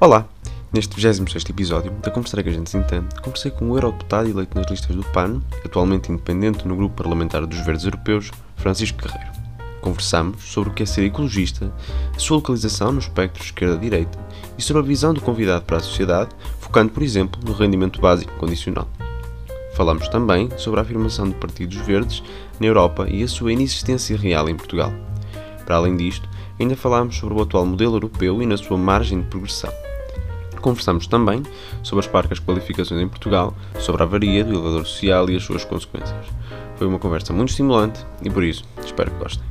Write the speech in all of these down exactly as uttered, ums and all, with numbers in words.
Olá! Neste vigésimo sexto episódio da Conversar que a gente se entende, conversei com o eurodeputado eleito nas listas do P A N, atualmente independente no grupo parlamentar dos Verdes Europeus, Francisco Carreiro. Conversamos sobre o que é ser ecologista, a sua localização no espectro esquerda-direita e sobre a visão do convidado para a sociedade, focando, por exemplo, no rendimento básico condicional. Falamos também sobre a afirmação do Partido dos Verdes na Europa e a sua inexistência real em Portugal. Para além disto, ainda falámos sobre o atual modelo europeu e na sua margem de progressão. Conversamos também sobre as parcas qualificações em Portugal, sobre a avaria do elevador social e as suas consequências. Foi uma conversa muito estimulante e por isso espero que gostem.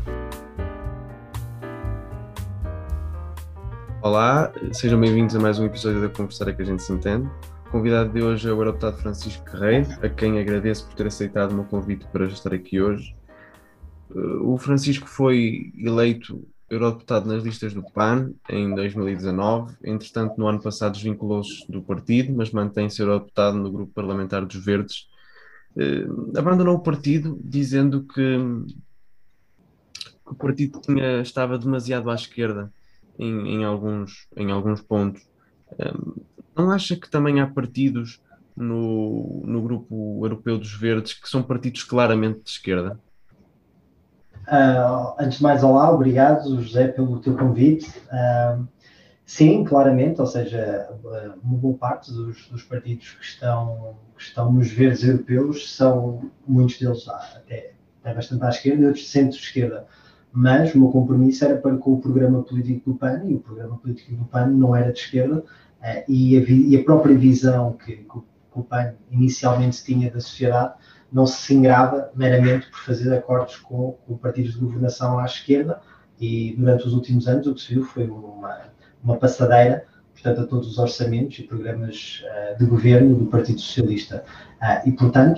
Olá, sejam bem-vindos a mais um episódio da Conversar que a gente se entende. O convidado de hoje é o eurodeputado Francisco Carreiro, a quem agradeço por ter aceitado o meu convite para estar aqui hoje. O Francisco foi eleito eurodeputado nas listas do P A N em dois mil e dezanove, entretanto no ano passado desvinculou-se do partido, mas mantém-se eurodeputado no grupo parlamentar dos Verdes. Uh, abandonou o partido dizendo que, que o partido tinha, estava demasiado à esquerda em, em, alguns, em alguns pontos. Um, não acha que também há partidos no, no grupo europeu dos Verdes que são partidos claramente de esquerda? Uh, antes de mais, olá, obrigado, José, pelo teu convite. Uh, sim, claramente, ou seja, uma boa parte dos, dos partidos que estão, que estão nos verdes europeus são, muitos deles até, até bastante à esquerda e outros de centro-esquerda. Mas o meu compromisso era para com o programa político do P A N, e o programa político do P A N não era de esquerda, uh, e, a vi, e a própria visão que, que o P A N inicialmente tinha da sociedade não se singrava meramente por fazer acordos com, com partidos de governação à esquerda, e durante os últimos anos o que se viu foi uma, uma passadeira, portanto, a todos os orçamentos e programas uh, de governo do Partido Socialista. Uh, e, portanto,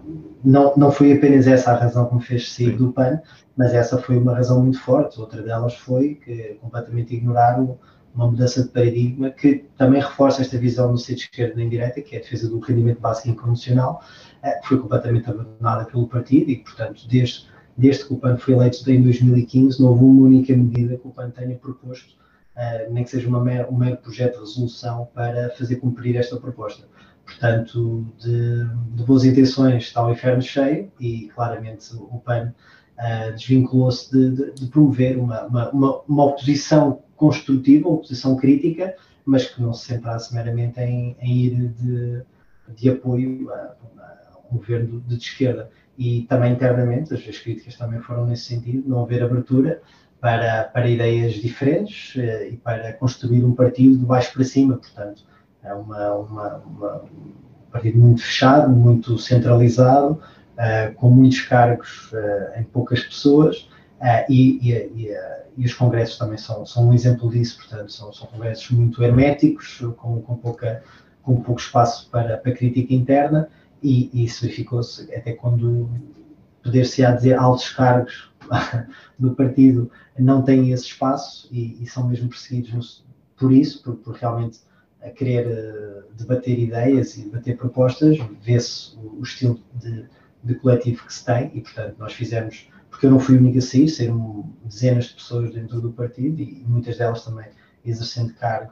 não, não foi apenas essa a razão que me fez sair do P A N, mas essa foi uma razão muito forte. Outra delas foi que completamente ignoraram uma mudança de paradigma que também reforça esta visão no centro-esquerda nem direita, que é a defesa do rendimento básico incondicional, que foi completamente abandonada pelo partido e, portanto, desde, desde que o P A N foi eleito em dois mil e quinze, não houve uma única medida que o P A N tenha proposto, uh, nem que seja uma mer, um mero projeto de resolução para fazer cumprir esta proposta. Portanto, de, de boas intenções está o inferno cheio e, claramente, o P A N uh, desvinculou-se de, de, de promover uma, uma, uma, uma oposição construtiva, uma oposição crítica, mas que não se centrasse meramente em, em ir de, de apoio a um governo de, de esquerda. E também internamente, as, as críticas também foram nesse sentido, não haver abertura para, para ideias diferentes uh, e para construir um partido de baixo para cima. Portanto, é uma, uma, uma, um partido muito fechado, muito centralizado, uh, com muitos cargos uh, em poucas pessoas, uh, e, e, e, uh, e os congressos também são, são um exemplo disso. Portanto, são, são congressos muito herméticos, com, com, pouca, com pouco espaço para, para crítica interna, e, e isso verificou-se até quando poder-se-á dizer altos cargos do partido não têm esse espaço e, e são mesmo perseguidos no, por isso, por, por realmente a querer uh, debater ideias e debater propostas. Vê-se o, o estilo de, de coletivo que se tem e, portanto, nós fizemos, porque eu não fui o único a sair, saíram dezenas de pessoas dentro do partido e, e muitas delas também exercendo cargos,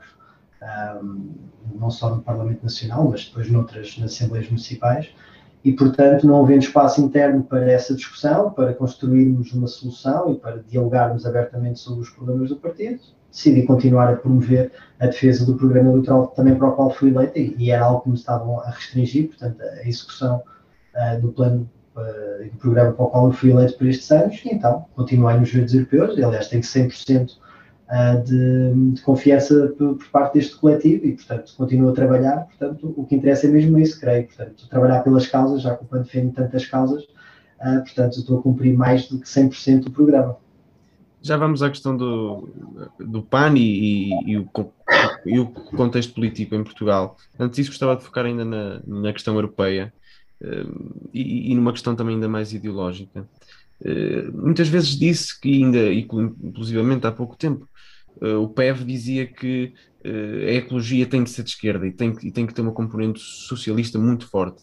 um, não só no Parlamento Nacional, mas depois noutras, nas Assembleias Municipais, e, portanto, não havendo espaço interno para essa discussão, para construirmos uma solução e para dialogarmos abertamente sobre os problemas do partido, decidi continuar a promover a defesa do programa eleitoral também para o qual fui eleito, e era algo que me estavam a restringir, portanto, a execução uh, do plano uh, e do programa para o qual eu fui eleito por estes anos, e então continuei nos Verdes Europeus, e aliás tenho cem por cento uh, de, de confiança por, por parte deste coletivo, e portanto continuo a trabalhar. Portanto, o que interessa é mesmo isso, creio, portanto, trabalhar pelas causas, já que o P A N defende tantas causas, uh, portanto estou a cumprir mais do que cem por cento do programa. Já vamos à questão do, do P A N e, e, e, o, e o contexto político em Portugal. Antes disso, gostava de focar ainda na, na questão europeia uh, e, e numa questão também ainda mais ideológica. Uh, muitas vezes disse que ainda, inclusivamente há pouco tempo, uh, o P E V dizia que uh, a ecologia tem de ser de esquerda e tem, e tem que ter uma componente socialista muito forte.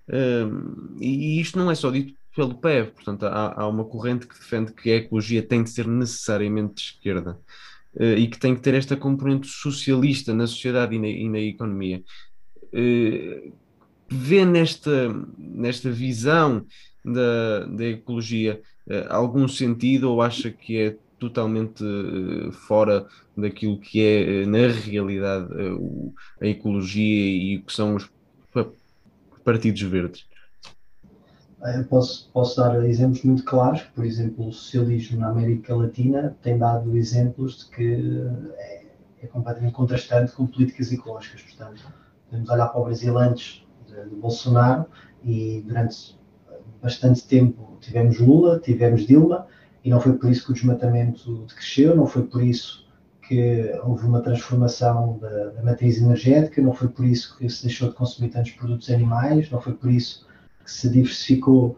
Uh, e isto não é só dito pelo P E V, portanto há, há uma corrente que defende que a ecologia tem de ser necessariamente de esquerda. eh, e que tem que ter esta componente socialista na sociedade e na, e na economia. Eh, Vê nesta, nesta visão da, da ecologia eh, algum sentido ou acha que é totalmente eh, fora daquilo que é, eh, na realidade, eh, o- a ecologia e o que são os pa- partidos verdes? Eu posso, posso dar exemplos muito claros, por exemplo, o socialismo na América Latina tem dado exemplos de que é, é completamente contrastante com políticas ecológicas. Portanto, podemos olhar para o Brasil antes de, de Bolsonaro e durante bastante tempo tivemos Lula, tivemos Dilma, e não foi por isso que o desmatamento decresceu, não foi por isso que houve uma transformação da, da matriz energética, não foi por isso que se deixou de consumir tantos produtos animais, não foi por isso que se diversificou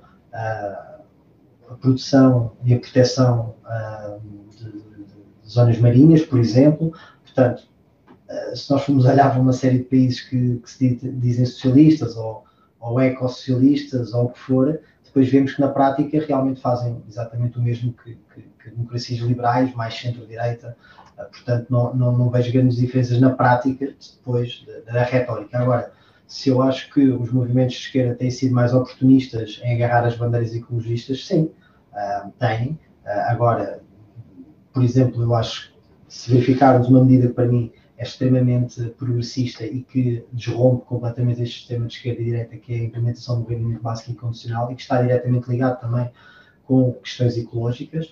uh, a produção e a proteção uh, de, de, de zonas marinhas, por exemplo. Portanto, uh, se nós formos olhar para uma série de países que, que se dizem socialistas ou, ou ecossocialistas ou o que for, depois vemos que na prática realmente fazem exatamente o mesmo que, que, que democracias liberais, mais centro-direita. Uh, portanto, não, não, não vejo grandes diferenças na prática depois da, da retórica. Agora, se eu acho que os movimentos de esquerda têm sido mais oportunistas em agarrar as bandeiras ecologistas, sim, uh, têm. Uh, agora, por exemplo, eu acho que se verificarmos uma medida que para mim é extremamente progressista e que desrompe completamente este sistema de esquerda e direita, que é a implementação do rendimento básico incondicional e que está diretamente ligado também com questões ecológicas.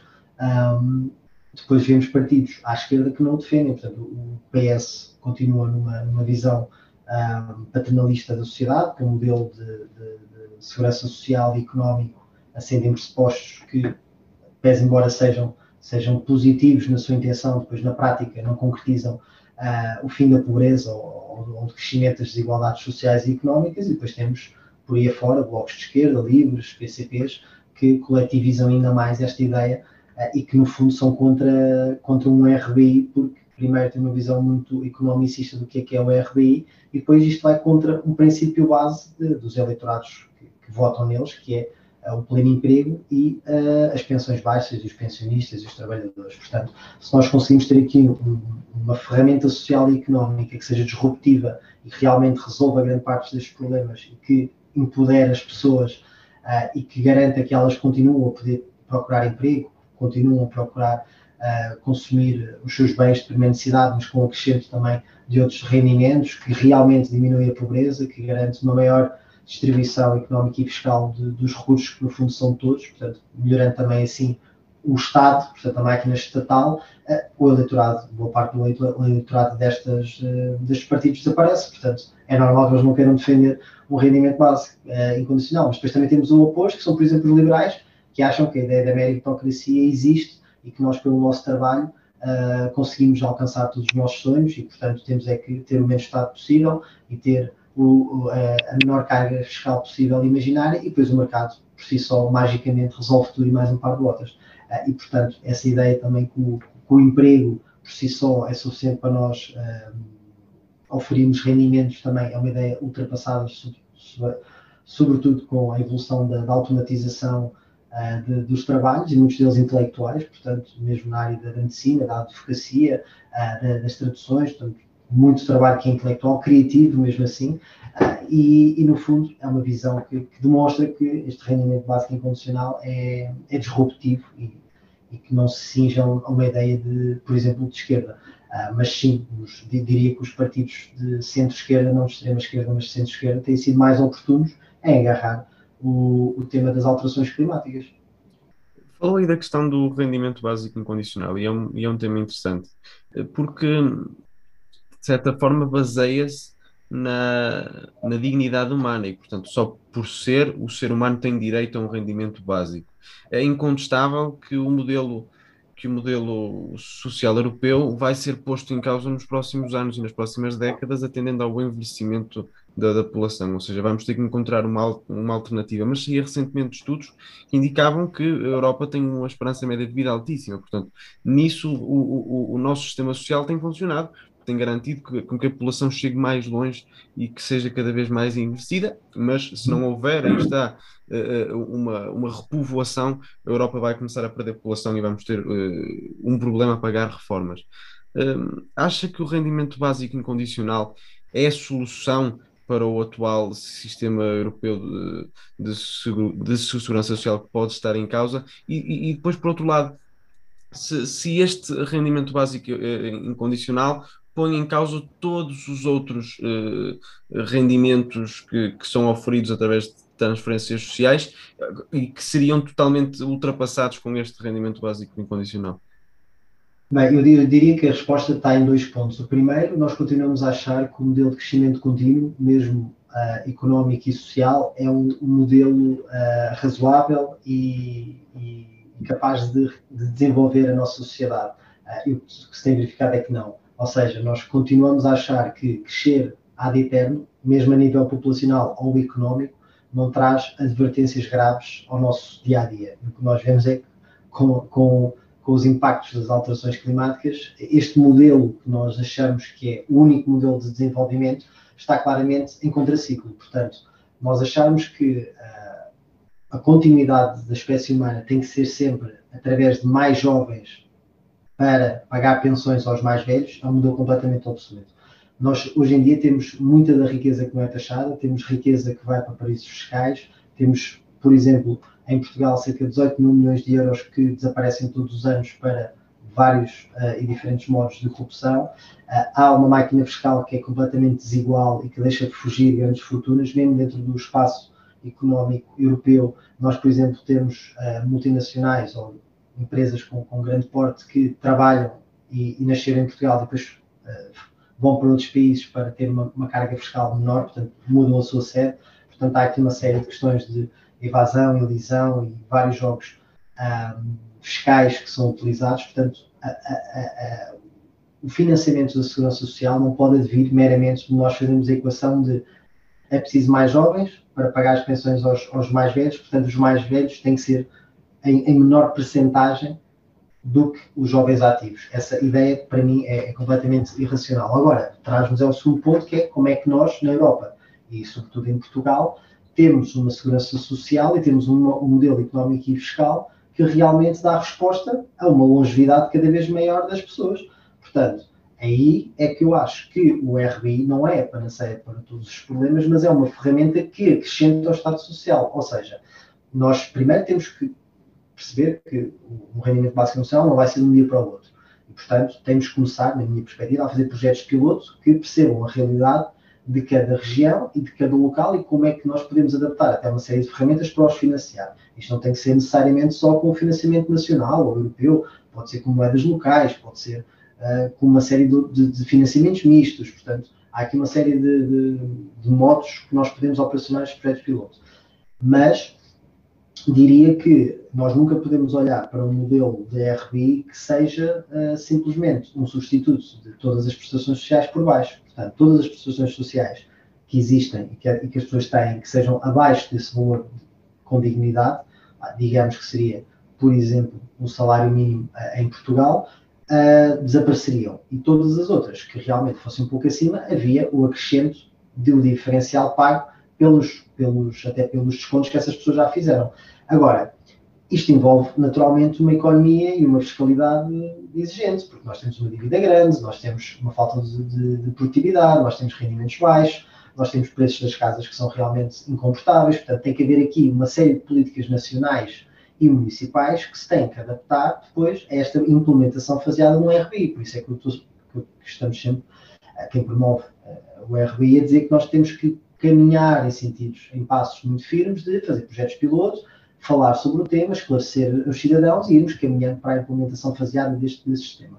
Um, depois vemos partidos à esquerda que não o defendem. Portanto, o P S continua numa, numa visão um, paternalista da sociedade, com um modelo de, de, de segurança social e económico assente pressupostos que, pese embora sejam, sejam positivos na sua intenção, depois na prática não concretizam uh, o fim da pobreza ou, ou o crescimento das desigualdades sociais e económicas, e depois temos por aí afora blocos de esquerda, livres, P C Ps, que coletivizam ainda mais esta ideia uh, e que no fundo são contra, contra um R B I, porque primeiro tem uma visão muito economicista do que é que é o R B I, e depois isto vai contra um princípio base de, dos eleitorados que, que votam neles, que é uh, o pleno emprego e uh, as pensões baixas, e os pensionistas e os trabalhadores. Portanto, se nós conseguimos ter aqui um, uma ferramenta social e económica que seja disruptiva e que realmente resolva grande parte destes problemas e que empodere as pessoas uh, e que garanta que elas continuam a poder procurar emprego, continuam a procurar uh, consumir os seus bens de primeira necessidade, mas com acrescento também de outros rendimentos, que realmente diminui a pobreza, que garante uma maior distribuição económica e fiscal de, dos recursos, que no fundo são todos, portanto, melhorando também assim o Estado, portanto, a máquina estatal, uh, o eleitorado, boa parte do eleitorado destas, uh, destes partidos desaparece, portanto, é normal que eles não queiram defender um rendimento básico uh, incondicional, mas depois também temos o oposto, que são, por exemplo, os liberais, que acham que a ideia da meritocracia existe e que nós, pelo nosso trabalho, uh, conseguimos alcançar todos os nossos sonhos e, portanto, temos é que ter o menos Estado possível e ter o, a menor carga fiscal possível e imaginária, e depois o mercado, por si só, magicamente resolve tudo e mais um par de botas. E, portanto, essa ideia também que o, que o emprego, por si só, é suficiente para nós uh, oferirmos rendimentos também, é uma ideia ultrapassada, sobretudo com a evolução da, da automatização uh, de, dos trabalhos, e muitos deles intelectuais, portanto, mesmo na área da medicina, da advocacia, uh, da, das traduções, portanto, muito trabalho que é intelectual, criativo mesmo assim, uh, e, e no fundo é uma visão que, que demonstra que este rendimento básico incondicional é, é disruptivo e, e que não se cinjam a uma ideia de, por exemplo, de esquerda. Uh, mas sim, os, diria que os partidos de centro-esquerda, não de extrema-esquerda, mas de centro-esquerda, têm sido mais oportunos em agarrar o, o tema das alterações climáticas. Falou aí da questão do rendimento básico incondicional e é um, e é um tema interessante, porque de certa forma, baseia-se na, na dignidade humana e, portanto, só por ser, o ser humano tem direito a um rendimento básico. É incontestável que o modelo, que o modelo social europeu vai ser posto em causa nos próximos anos e nas próximas décadas, atendendo ao envelhecimento da, da população, ou seja, vamos ter que encontrar uma, uma alternativa. Mas saía recentemente estudos que indicavam que a Europa tem uma esperança média de vida altíssima, portanto, nisso o, o, o nosso sistema social tem funcionado, tem garantido que, com que a população chegue mais longe e que seja cada vez mais envelhecida, mas se não houver, aí está, uh, uma, uma repovoação, a Europa vai começar a perder população e vamos ter uh, um problema a pagar reformas. Uh, acha que o rendimento básico incondicional é a solução para o atual sistema europeu de, de, seguro, de segurança social que pode estar em causa? E, e, e depois, por outro lado, se, se este rendimento básico eh, incondicional põe em causa todos os outros eh, rendimentos que, que são oferidos através de transferências sociais eh, e que seriam totalmente ultrapassados com este rendimento básico incondicional? Bem, eu diria que a resposta está em dois pontos. O primeiro, nós continuamos a achar que o modelo de crescimento contínuo, mesmo uh, económico e social, é um, um modelo uh, razoável e, e capaz de, de desenvolver a nossa sociedade. Uh, e o que se tem verificado é que não. Ou seja, nós continuamos a achar que crescer ad eterno, mesmo a nível populacional ou económico, não traz advertências graves ao nosso dia-a-dia. O que nós vemos é que com, com com os impactos das alterações climáticas, este modelo que nós achamos que é o único modelo de desenvolvimento está claramente em contraciclo. Portanto, nós achamos que uh, a continuidade da espécie humana tem que ser sempre através de mais jovens para pagar pensões aos mais velhos, é um modelo completamente obsoleto. Nós, hoje em dia, temos muita da riqueza que não é taxada, temos riqueza que vai para paraísos fiscais, temos, por exemplo, em Portugal, cerca de dezoito mil milhões de euros que desaparecem todos os anos para vários uh, e diferentes modos de corrupção. Uh, há uma máquina fiscal que é completamente desigual e que deixa de fugir grandes fortunas, mesmo dentro do espaço económico europeu. Nós, por exemplo, temos uh, multinacionais ou empresas com, com grande porte que trabalham e, e nasceram em Portugal e depois uh, vão para outros países para ter uma, uma carga fiscal menor, portanto, mudam a sua sede. Portanto, há aqui uma série de questões de evasão, elisão e vários jogos um, fiscais que são utilizados. Portanto, a, a, a, o financiamento da segurança social não pode advir meramente de nós fazermos a equação de é preciso mais jovens para pagar as pensões aos, aos mais velhos, portanto, os mais velhos têm que ser em, em menor percentagem do que os jovens ativos. Essa ideia, para mim, é, é completamente irracional. Agora, traz-nos ao segundo ponto, que é como é que nós, na Europa, e sobretudo em Portugal, temos uma segurança social e temos um, um modelo económico e fiscal que realmente dá resposta a uma longevidade cada vez maior das pessoas. Portanto, aí é que eu acho que o R B I não é a panaceia para todos os problemas, mas é uma ferramenta que acrescenta ao Estado Social. Ou seja, nós primeiro temos que perceber que o rendimento básico nacional não vai ser de um dia para o outro. E, portanto, temos que começar, na minha perspectiva, a fazer projetos de piloto que percebam a realidade de cada região e de cada local e como é que nós podemos adaptar até uma série de ferramentas para os financiar. Isto não tem que ser necessariamente só com o financiamento nacional ou europeu, pode ser com moedas locais, pode ser uh, com uma série de, de, de financiamentos mistos. Portanto, há aqui uma série de, de, de modos que nós podemos operacionar estes projetos piloto. Mas diria que nós nunca podemos olhar para um modelo de R B I que seja uh, simplesmente um substituto de todas as prestações sociais por baixo. Portanto, todas as prestações sociais que existem e que, e que as pessoas têm, que sejam abaixo desse valor com dignidade, digamos que seria, por exemplo, um salário mínimo uh, em Portugal, uh, desapareceriam. E todas as outras que realmente fossem um pouco acima, havia o acrescento do diferencial pago pelos, pelos, até pelos descontos que essas pessoas já fizeram. Agora, isto envolve naturalmente uma economia e uma fiscalidade exigente, porque nós temos uma dívida grande, nós temos uma falta de, de, de produtividade, nós temos rendimentos baixos, nós temos preços das casas que são realmente incomportáveis, portanto tem que haver aqui uma série de políticas nacionais e municipais que se têm que adaptar depois a esta implementação faseada no R B I. Por isso é que, eu estou, que estamos sempre, quem promove o R B I, a dizer que nós temos que caminhar em sentidos, em passos muito firmes de fazer projetos pilotos, falar sobre o tema, esclarecer os cidadãos e irmos caminhando para a implementação faseada deste, deste sistema.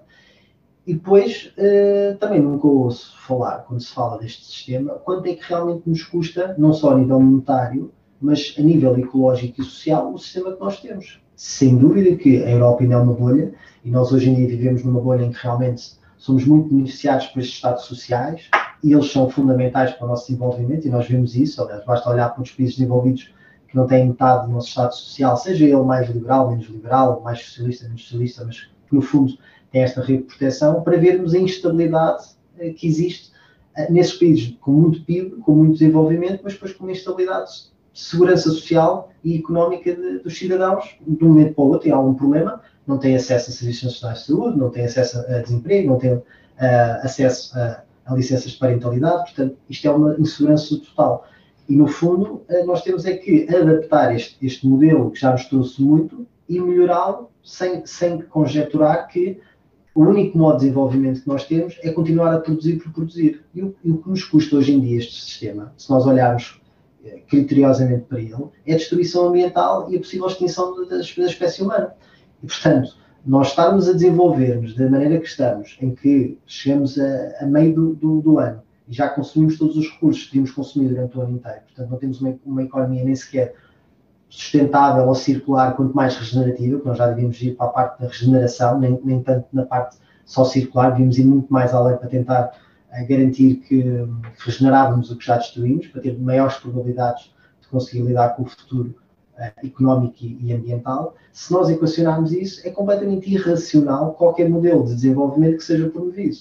E depois, uh, também nunca ouço falar, quando se fala deste sistema, quanto é que realmente nos custa, não só a nível monetário, mas a nível ecológico e social, o sistema que nós temos. Sem dúvida que a Europa ainda é uma bolha, e nós hoje em dia vivemos numa bolha em que realmente somos muito beneficiados por estes estados sociais, e eles são fundamentais para o nosso desenvolvimento, e nós vemos isso. Aliás, basta olhar para os países desenvolvidos que não têm metade do nosso Estado Social, seja ele mais liberal, menos liberal, mais socialista, menos socialista, mas que no fundo tem esta rede de proteção, para vermos a instabilidade uh, que existe uh, nesses países com muito P I B, com muito desenvolvimento, mas depois com uma instabilidade de segurança social e económica de, dos cidadãos, de um momento para o outro, tem algum problema, não têm acesso a serviços nacionais de saúde, não têm acesso a desemprego, não têm uh, acesso a, a licenças de parentalidade, portanto, isto é uma insegurança total. E, no fundo, uh, nós temos é que adaptar este, este modelo que já nos trouxe muito e melhorá-lo sem, sem conjecturar que o único modo de desenvolvimento que nós temos é continuar a produzir por produzir. E o, e o que nos custa hoje em dia este sistema, se nós olharmos criteriosamente para ele, é a destruição ambiental e a possível extinção da, da espécie humana. E, portanto, nós estarmos a desenvolver-nos da maneira que estamos, em que chegamos a, a meio do, do, do ano e já consumimos todos os recursos que devíamos consumir durante o ano inteiro, portanto, não temos uma, uma economia nem sequer sustentável ou circular, quanto mais regenerativa, que nós já devíamos ir para a parte da regeneração, nem, nem tanto na parte só circular, devíamos ir muito mais além para tentar a garantir que regenerávamos o que já destruímos, para ter maiores probabilidades de conseguir lidar com o futuro uh, económico e, e ambiental. Se nós equacionarmos isso, é completamente irracional qualquer modelo de desenvolvimento que seja promovido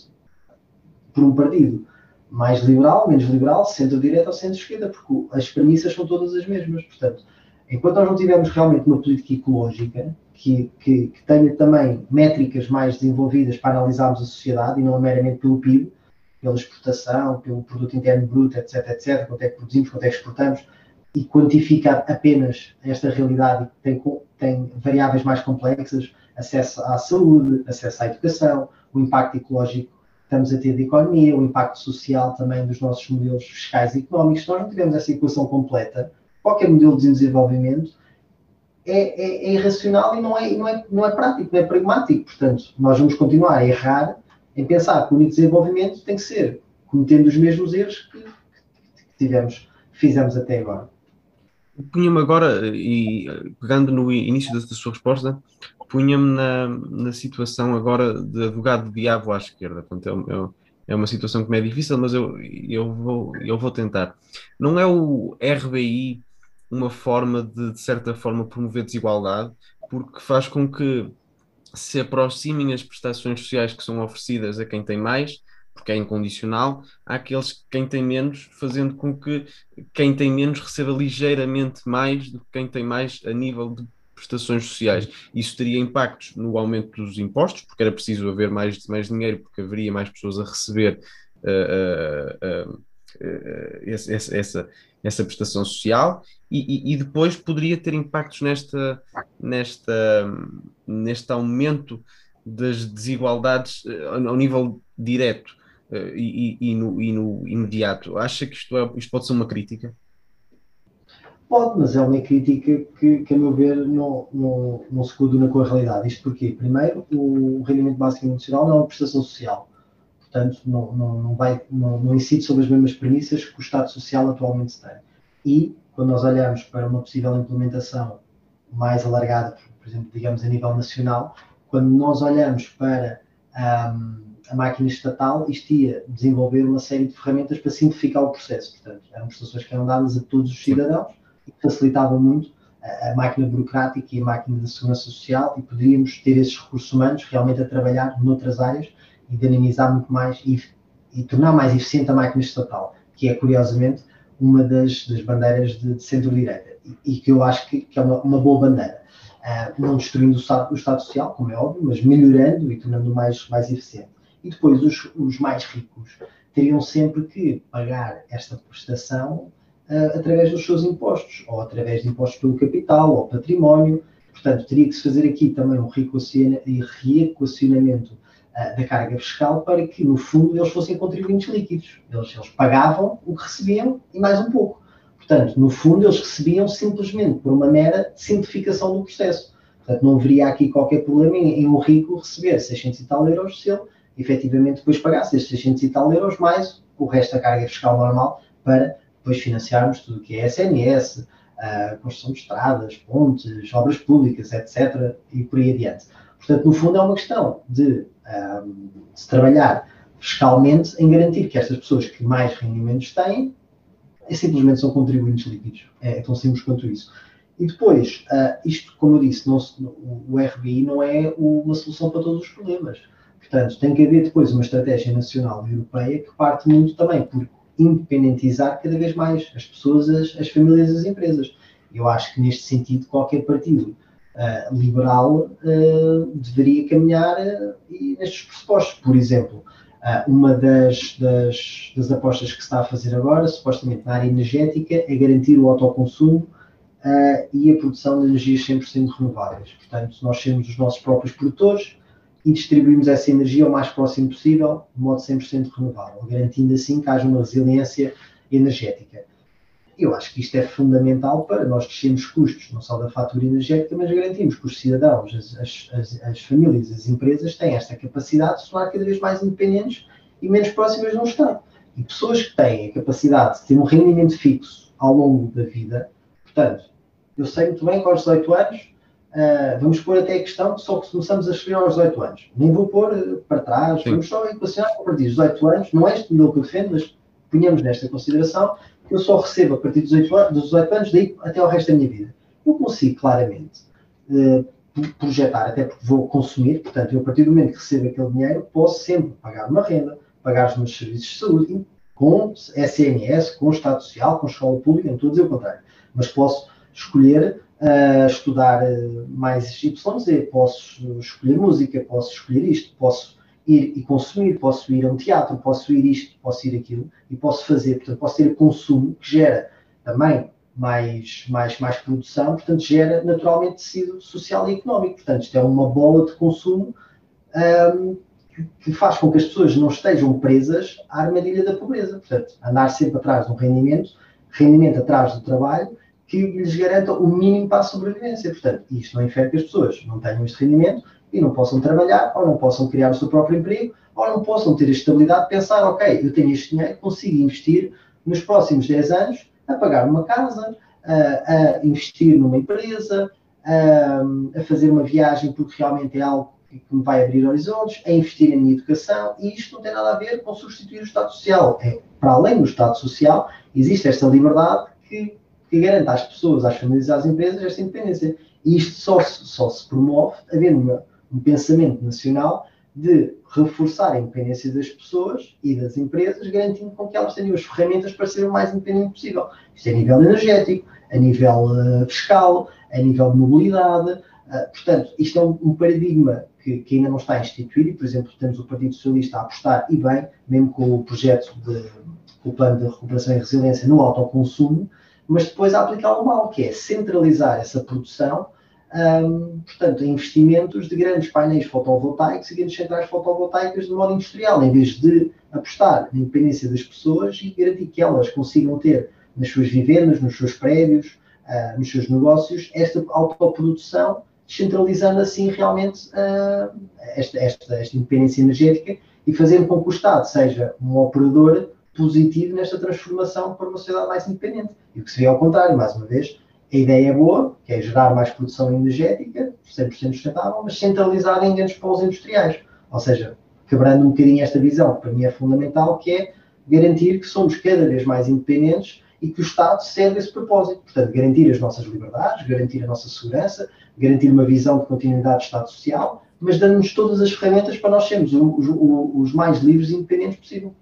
por um partido mais liberal, menos liberal, centro-direita ou centro-esquerda, porque as premissas são todas as mesmas. Portanto, enquanto nós não tivermos realmente uma política ecológica que, que, que tenha também métricas mais desenvolvidas para analisarmos a sociedade e não meramente pelo P I B, pela exportação, pelo produto interno bruto, etc, etc, quanto é que produzimos, quanto é que exportamos, e quantificar apenas esta realidade que tem, tem variáveis mais complexas, acesso à saúde, acesso à educação, o impacto ecológico que estamos a ter da economia, o impacto social também dos nossos modelos fiscais e económicos. Se nós não tivermos essa equação completa, qualquer modelo de desenvolvimento é, é, é irracional e não é, não, é, não é prático, não é pragmático. Portanto, nós vamos continuar a errar em pensar que o único desenvolvimento tem que ser cometendo os mesmos erros que, que tivemos, que fizemos até agora. Punha-me agora, e pegando no início da, da sua resposta, punha-me na, na situação agora de advogado de diabo à esquerda. Portanto, é, é uma situação que me é difícil, mas eu, eu, vou, eu vou tentar. Não é o R B I uma forma de, de certa forma, promover desigualdade, porque faz com que se aproximem as prestações sociais que são oferecidas a quem tem mais, porque é incondicional, àqueles quem tem menos, fazendo com que quem tem menos receba ligeiramente mais do que quem tem mais a nível de prestações sociais. Isso teria impactos no aumento dos impostos, porque era preciso haver mais, mais dinheiro, porque haveria mais pessoas a receber uh, uh, uh, uh, esse, essa, essa, essa prestação social, e, e, e depois poderia ter impactos nesta, nesta, neste aumento das desigualdades uh, ao nível direto uh, e, e, e, no, e no imediato. Acha que isto, é, isto pode ser uma crítica? Pode, mas é uma crítica que, que a meu ver, não, não, não se coaduna com a realidade. Isto porque, primeiro, o rendimento básico nacional não é uma prestação social. Portanto, não, não, não, vai, não, não incide sobre as mesmas premissas que o Estado Social atualmente tem. E, quando nós olhamos para uma possível implementação mais alargada, por exemplo, digamos, a nível nacional, quando nós olhamos para um, a máquina estatal, isto ia desenvolver uma série de ferramentas para simplificar o processo. Portanto, eram prestações que eram dadas a todos os cidadãos e que facilitavam muito a, a máquina burocrática e a máquina da segurança social, e poderíamos ter esses recursos humanos realmente a trabalhar noutras áreas e dinamizar muito mais e, e tornar mais eficiente a máquina estatal, que é, curiosamente, uma das, das bandeiras de, de centro-direita, e, e que eu acho que, que é uma, uma boa bandeira. Uh, não destruindo o Estado, o Estado Social, como é óbvio, mas melhorando e tornando-o mais, mais eficiente. E depois os, os mais ricos teriam sempre que pagar esta prestação uh, através dos seus impostos, ou através de impostos pelo capital ou património. Portanto, teria que se fazer aqui também um reequacionamento uh, da carga fiscal para que, no fundo, eles fossem contribuintes líquidos. Eles, eles pagavam o que recebiam e mais um pouco. Portanto, no fundo, eles recebiam simplesmente por uma mera simplificação do processo. Portanto, não haveria aqui qualquer problema em, em um rico receber seiscentos e tal euros se ele, efetivamente, depois pagasse esses seiscentos e tal euros mais o resto da carga fiscal normal para depois financiarmos tudo o que é S N S, a construção de estradas, pontes, obras públicas, etcétera, e por aí adiante. Portanto, no fundo, é uma questão de, um, de se trabalhar fiscalmente em garantir que estas pessoas que mais rendimentos têm é simplesmente são contribuintes líquidos. É tão simples quanto isso. E depois, uh, isto, como eu disse, não, o R B I não é uma solução para todos os problemas. Portanto, tem que haver depois uma estratégia nacional e europeia que parte muito também por independentizar cada vez mais as pessoas, as, as famílias e as empresas. Eu acho que neste sentido qualquer partido uh, liberal uh, deveria caminhar uh, e nestes pressupostos. Por exemplo, uh, uma das, das, das apostas que se está a fazer agora, supostamente na área energética, é garantir o autoconsumo uh, e a produção de energias cem por cento renováveis. Portanto, nós sermos os nossos próprios produtores e distribuímos essa energia o mais próximo possível, de modo cem por cento renovável, garantindo assim que haja uma resiliência energética. Eu acho que isto é fundamental para nós descermos custos, não só da fatura energética, mas garantirmos que os cidadãos, as, as, as famílias, as empresas têm esta capacidade de se tornar cada vez mais independentes e menos próximas de um Estado. E pessoas que têm a capacidade de ter um rendimento fixo ao longo da vida, portanto, eu sei muito bem que aos dezoito anos, Uh, vamos pôr até a questão que só que começamos a escrever aos dezoito anos. Nem vou pôr uh, para trás, Sim. Vamos só equacionar a partir dos dezoito anos, não é este modelo que eu defendo, mas ponhamos nesta consideração que eu só recebo a partir dos dezoito anos, dos dezoito anos daí até ao resto da minha vida. Eu consigo claramente uh, projetar, até porque vou consumir, portanto, eu a partir do momento que recebo aquele dinheiro, posso sempre pagar uma renda, pagar os meus serviços de saúde, com S N S, com Estado Social, com escola pública, não estou a dizer o contrário, mas posso escolher Uh, estudar uh, mais Y Z, posso escolher música, posso escolher isto, posso ir e consumir, posso ir a um teatro, posso ir isto, posso ir aquilo, e posso fazer, portanto, posso ter consumo que gera também mais, mais, mais produção, portanto, gera naturalmente tecido social e económico. Portanto, isto é uma bola de consumo um, que, que faz com que as pessoas não estejam presas à armadilha da pobreza. Portanto, andar sempre atrás de um rendimento, rendimento atrás do trabalho, que lhes garanta o mínimo para a sobrevivência. Portanto, isto não infere que as pessoas não tenham este rendimento e não possam trabalhar, ou não possam criar o seu próprio emprego, ou não possam ter a estabilidade de pensar, ok, eu tenho este dinheiro, consigo investir nos próximos dez anos a pagar uma casa, a, a investir numa empresa, a, a fazer uma viagem porque realmente é algo que me vai abrir horizontes, a investir na minha educação, e isto não tem nada a ver com substituir o Estado Social. É, para além do Estado Social, existe esta liberdade que que garanta às pessoas, às famílias e às empresas esta independência. E isto só, só se promove havendo uma, um pensamento nacional de reforçar a independência das pessoas e das empresas, garantindo com que elas tenham as ferramentas para ser o mais independente possível. Isto é a nível energético, a nível uh, fiscal, a nível de mobilidade. Uh, portanto, isto é um, um paradigma que, que ainda não está instituído, e, por exemplo, temos o Partido Socialista a apostar, e bem, mesmo com o projeto de, com o plano de recuperação e resiliência no autoconsumo, mas depois a aplicá-lo mal, que é centralizar essa produção, um, portanto, em investimentos de grandes painéis fotovoltaicos e grandes centrais fotovoltaicas de modo industrial, em vez de apostar na independência das pessoas e garantir que elas consigam ter nas suas vivendas, nos seus prédios, uh, nos seus negócios, esta autoprodução, descentralizando assim realmente uh, esta, esta, esta independência energética e fazendo com que o Estado seja um operador positivo nesta transformação para uma sociedade mais independente. E o que seria ao contrário, mais uma vez, a ideia é boa, que é gerar mais produção energética, cem por cento sustentável, mas centralizada em grandes polos industriais. Ou seja, quebrando um bocadinho esta visão, que para mim é fundamental, que é garantir que somos cada vez mais independentes e que o Estado serve esse propósito. Portanto, garantir as nossas liberdades, garantir a nossa segurança, garantir uma visão de continuidade de Estado Social, mas dando-nos todas as ferramentas para nós sermos os, os, os mais livres e independentes possível.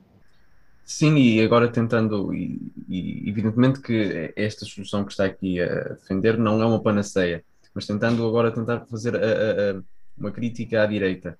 Sim, e agora tentando, e, e evidentemente que esta solução que está aqui a defender não é uma panaceia, mas tentando agora tentar fazer a, a, a, uma crítica à direita,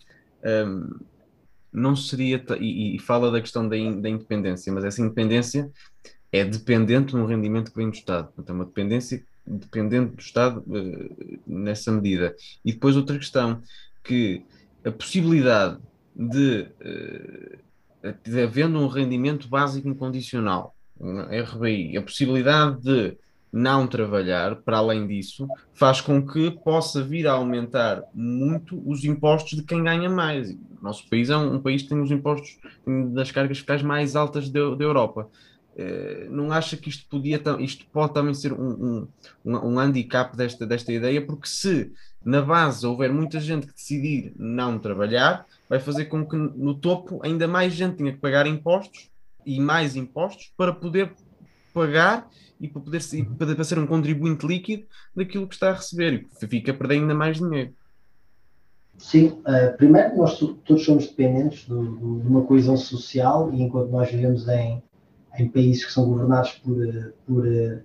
um, não seria, e, e fala da questão da, in, da independência, mas essa independência é dependente de um rendimento que vem do Estado, portanto é uma dependência dependente do Estado uh, nessa medida. E depois outra questão, que a possibilidade de... Uh, havendo um rendimento básico incondicional, um R B I, a possibilidade de não trabalhar, para além disso, faz com que possa vir a aumentar muito os impostos de quem ganha mais. O nosso país é um, um país que tem os impostos das cargas fiscais mais altas da, da Europa. Uh, não acha que isto, podia, isto pode também ser um, um, um handicap desta, desta ideia? Porque se na base houver muita gente que decidir não trabalhar, vai fazer com que no topo ainda mais gente tenha que pagar impostos e mais impostos para poder pagar e para poder ser, para ser um contribuinte líquido daquilo que está a receber, e fica a perder ainda mais dinheiro. Sim, uh, primeiro nós todos somos dependentes do, do, de uma coesão social e enquanto nós vivemos em, em países que são governados por, por, uh,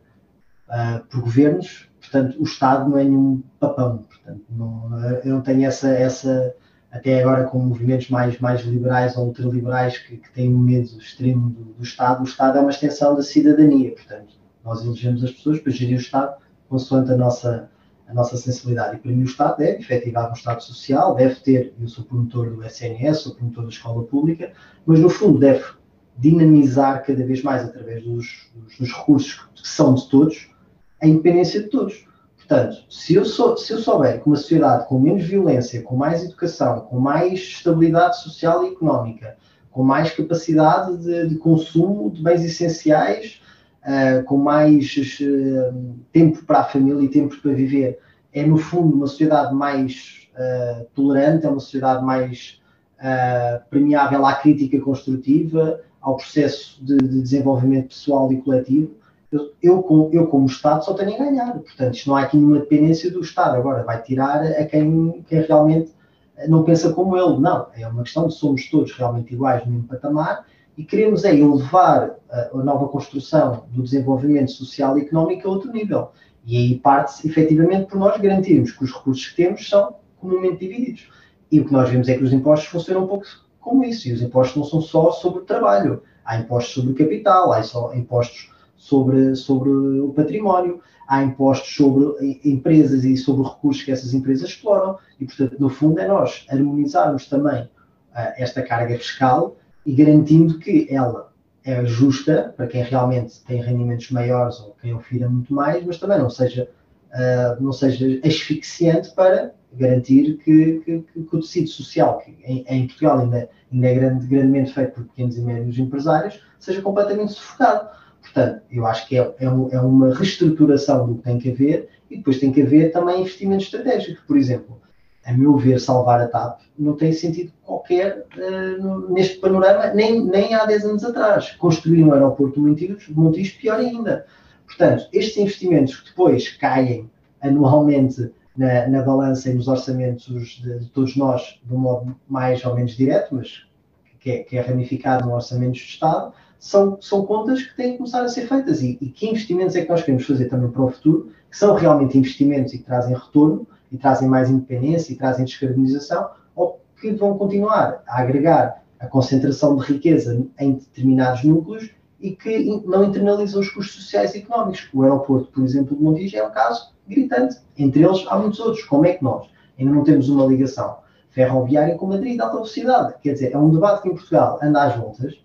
por governos, portanto o Estado não é nenhum papão, portanto não, eu não tenho essa, essa, até agora com movimentos mais, mais liberais ou ultraliberais que, que têm um medo extremo do, do Estado, o Estado é uma extensão da cidadania, portanto nós elegemos as pessoas para gerir o Estado consoante a nossa a nossa sensibilidade. E para mim o Estado deve efetivar um Estado social, deve ter, eu sou promotor do S N S, sou promotor da escola pública, mas no fundo deve dinamizar cada vez mais, através dos, dos, dos recursos que são de todos, a independência de todos. Portanto, se eu, sou, se eu souber que uma sociedade com menos violência, com mais educação, com mais estabilidade social e económica, com mais capacidade de, de consumo de bens essenciais, Uh, com mais uh, tempo para a família e tempo para viver, é no fundo uma sociedade mais uh, tolerante, é uma sociedade mais uh, permeável à crítica construtiva, ao processo de, de desenvolvimento pessoal e coletivo. Eu, eu, eu, como Estado, só tenho a ganhar. Portanto, isto não há aqui nenhuma dependência do Estado. Agora, vai tirar a quem, quem realmente não pensa como ele. Não, é uma questão de somos todos realmente iguais no mesmo patamar e queremos é elevar a, a nova construção do desenvolvimento social e económico a outro nível. E aí parte-se, efetivamente, por nós garantirmos que os recursos que temos são comumente divididos. E o que nós vemos é que os impostos funcionam um pouco como isso. E os impostos não são só sobre o trabalho. Há impostos sobre o capital, há só impostos sobre, sobre o património, há impostos sobre empresas e sobre os recursos que essas empresas exploram. E, portanto, no fundo, é nós harmonizarmos também uh, esta carga fiscal e garantindo que ela é justa para quem realmente tem rendimentos maiores ou quem ofira muito mais, mas também não seja, uh, não seja asfixiante para garantir que, que, que o tecido social, que em, em Portugal ainda, ainda é grande, grandemente feito por pequenos e médios empresários, seja completamente sufocado. Portanto, eu acho que é, é, um, é uma reestruturação do que tem que haver e depois tem que haver também investimento estratégico. Por exemplo, a meu ver, salvar a TAP não tem sentido qualquer uh, no, neste panorama, nem, nem há dez anos atrás. Construir um aeroporto de Montijo, pior ainda. Portanto, estes investimentos que depois caem anualmente na, na balança e nos orçamentos de, de todos nós, de um modo mais ou menos direto, mas que é, que é ramificado no orçamento do Estado, são, são contas que têm que começar a ser feitas. E, e que investimentos é que nós queremos fazer também para o futuro, que são realmente investimentos e que trazem retorno, e trazem mais independência e trazem descarbonização, ou que vão continuar a agregar a concentração de riqueza em determinados núcleos e que não internalizam os custos sociais e económicos. O aeroporto, por exemplo, de Montijo é um caso gritante. Entre eles, há muitos outros. Como é que nós ainda não temos uma ligação ferroviária com Madrid de alta velocidade? Quer dizer, é um debate que em Portugal anda às voltas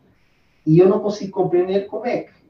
e eu não consigo compreender como é que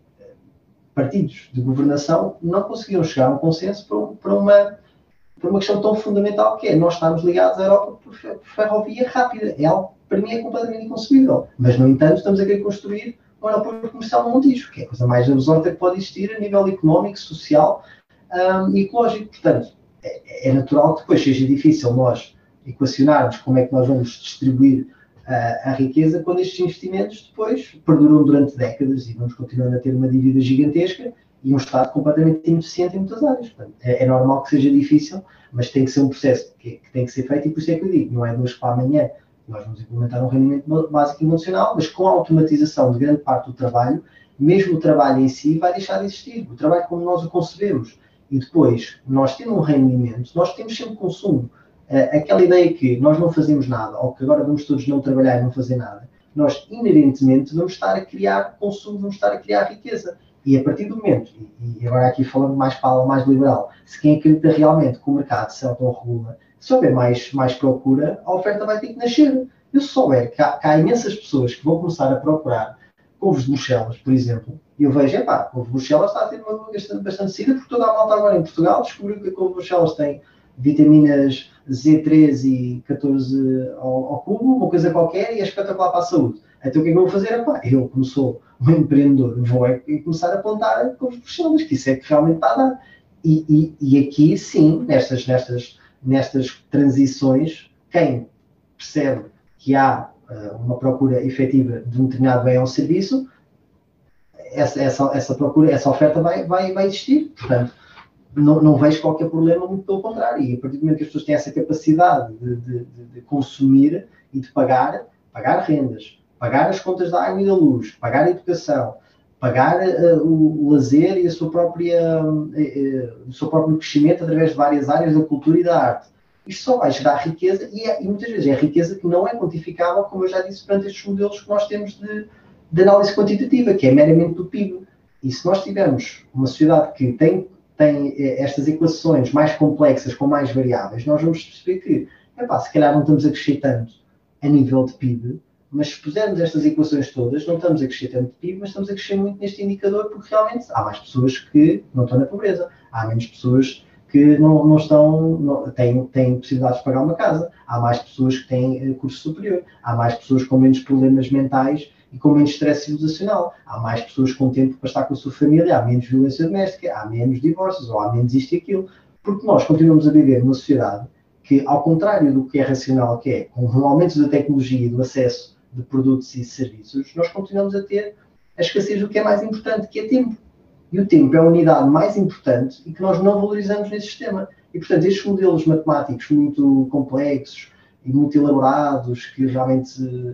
partidos de governação não conseguiram chegar a um consenso para uma por uma questão tão fundamental que é nós estarmos ligados à Europa por ferrovia rápida. É algo, para mim, é completamente inconcebível. Mas, no entanto, estamos a querer construir um aeroporto comercial no Montijo, que é a coisa mais absurda que pode existir a nível económico, social um, e ecológico. Portanto, é, é natural que depois seja difícil nós equacionarmos como é que nós vamos distribuir uh, a riqueza quando estes investimentos depois perduram durante décadas e vamos continuando a ter uma dívida gigantesca e um Estado completamente ineficiente em muitas áreas. Portanto, é, é normal que seja difícil, mas tem que ser um processo que, que tem que ser feito e por isso é que eu digo, não é de hoje para amanhã. Nós vamos implementar um rendimento básico incondicional, mas com a automatização de grande parte do trabalho, mesmo o trabalho em si vai deixar de existir. O trabalho como nós o concebemos. E depois, nós tendo um rendimento, nós temos sempre consumo. Uh, aquela ideia que nós não fazemos nada, ou que agora vamos todos não trabalhar e não fazer nada, nós inerentemente vamos estar a criar consumo, vamos estar a criar riqueza. E a partir do momento, e agora aqui falando mais para a ala mais liberal, se quem acredita realmente que o mercado se autorregula, se houver mais, mais procura, a oferta vai ter que nascer. Eu se souber que há, que há imensas pessoas que vão começar a procurar couves de Bruxelas, por exemplo, e eu vejo, epá, a couve de Bruxelas está a ter uma bastante, bastante saída, porque toda a malta agora em Portugal descobriu que a couve de Bruxelas tem vitaminas Z três e catorze ao, ao cubo, uma coisa qualquer, e é espetacular para a saúde. Então o que é que eu vou fazer? Epá, eu, como sou um empreendedor, vou é começar a plantar couves de Bruxelas, que isso é que realmente está a dar. E, e, e aqui, sim, nestas, nestas, nestas transições, quem percebe que há uh, uma procura efetiva de um determinado bem ou serviço, essa, essa, essa procura, essa oferta vai, vai, vai existir. Portanto, não, não vejo qualquer problema, muito pelo contrário. E a partir do momento que as pessoas têm essa capacidade de, de, de consumir e de pagar, pagar rendas, pagar as contas da água e da luz, pagar a educação, pagar uh, o, o lazer e a sua própria, uh, uh, o seu próprio crescimento através de várias áreas da cultura e da arte. Isto só vai gerar riqueza e, é, e muitas vezes é riqueza que não é quantificável, como eu já disse, perante estes modelos que nós temos de, de análise quantitativa, que é meramente do P I B. E se nós tivermos uma sociedade que tem, tem estas equações mais complexas, com mais variáveis, nós vamos perceber que, epá, se calhar não estamos a crescer tanto a nível de P I B, mas se pusermos estas equações todas, não estamos a crescer tanto de P I B, mas estamos a crescer muito neste indicador, porque realmente há mais pessoas que não estão na pobreza, há menos pessoas que não, não estão, não, têm, têm possibilidades de pagar uma casa, há mais pessoas que têm curso superior, há mais pessoas com menos problemas mentais e com menos stress civilizacional, há mais pessoas com tempo para estar com a sua família, há menos violência doméstica, há menos divórcios, ou há menos isto e aquilo, porque nós continuamos a viver numa sociedade que, ao contrário do que é racional, que é, com o aumento da tecnologia e do acesso de produtos e serviços, nós continuamos a ter a escassez do que é mais importante, que é tempo. E o tempo é a unidade mais importante e que nós não valorizamos nesse sistema. E, portanto, estes modelos matemáticos muito complexos e muito elaborados, que realmente uh,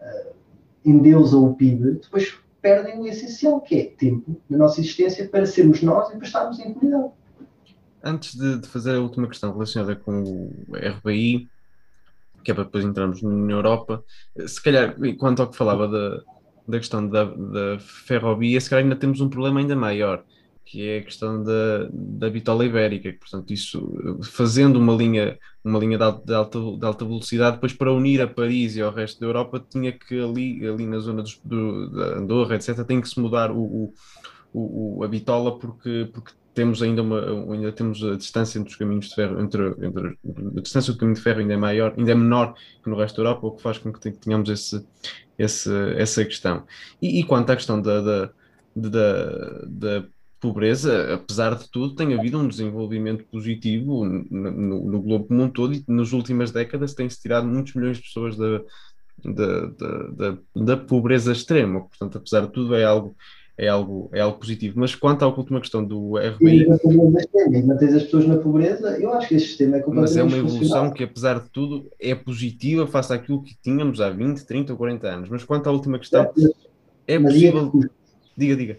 endeusam o P I B, depois perdem o essencial, que é tempo na nossa existência para sermos nós e para estarmos em comunidade. Antes de, de fazer a última questão relacionada com o R B I, que é para depois entrarmos na Europa, se calhar, quanto ao que falava da, da questão da, da ferrovia, se calhar ainda temos um problema ainda maior, que é a questão da, da bitola ibérica, que, portanto, isso, fazendo uma linha, uma linha de, alta, de, alta, de alta velocidade, depois para unir a Paris e ao resto da Europa, tinha que ali, ali na zona dos, do, da Andorra, etcétera, tem que se mudar o, o, o, a bitola, porque, porque temos ainda uma, ainda temos a distância entre os caminhos de ferro, entre, entre a distância do caminho de ferro ainda é maior, ainda é menor que no resto da Europa, o que faz com que tenhamos esse, esse, essa questão. E, e quanto à questão da, da, da, da pobreza, apesar de tudo, tem havido um desenvolvimento positivo no, no, no globo como um todo, e nas últimas décadas tem-se tirado muitos milhões de pessoas da, da, da, da, da pobreza extrema. Portanto, apesar de tudo, é algo É algo, é algo positivo. Mas quanto à última questão do R B I... E mantens as pessoas na pobreza, eu acho que este sistema é completamente Mas é uma evolução que, apesar de tudo, é positiva face àquilo que tínhamos há vinte, trinta ou quarenta anos. Mas quanto à última questão, é possível... Diga, diga.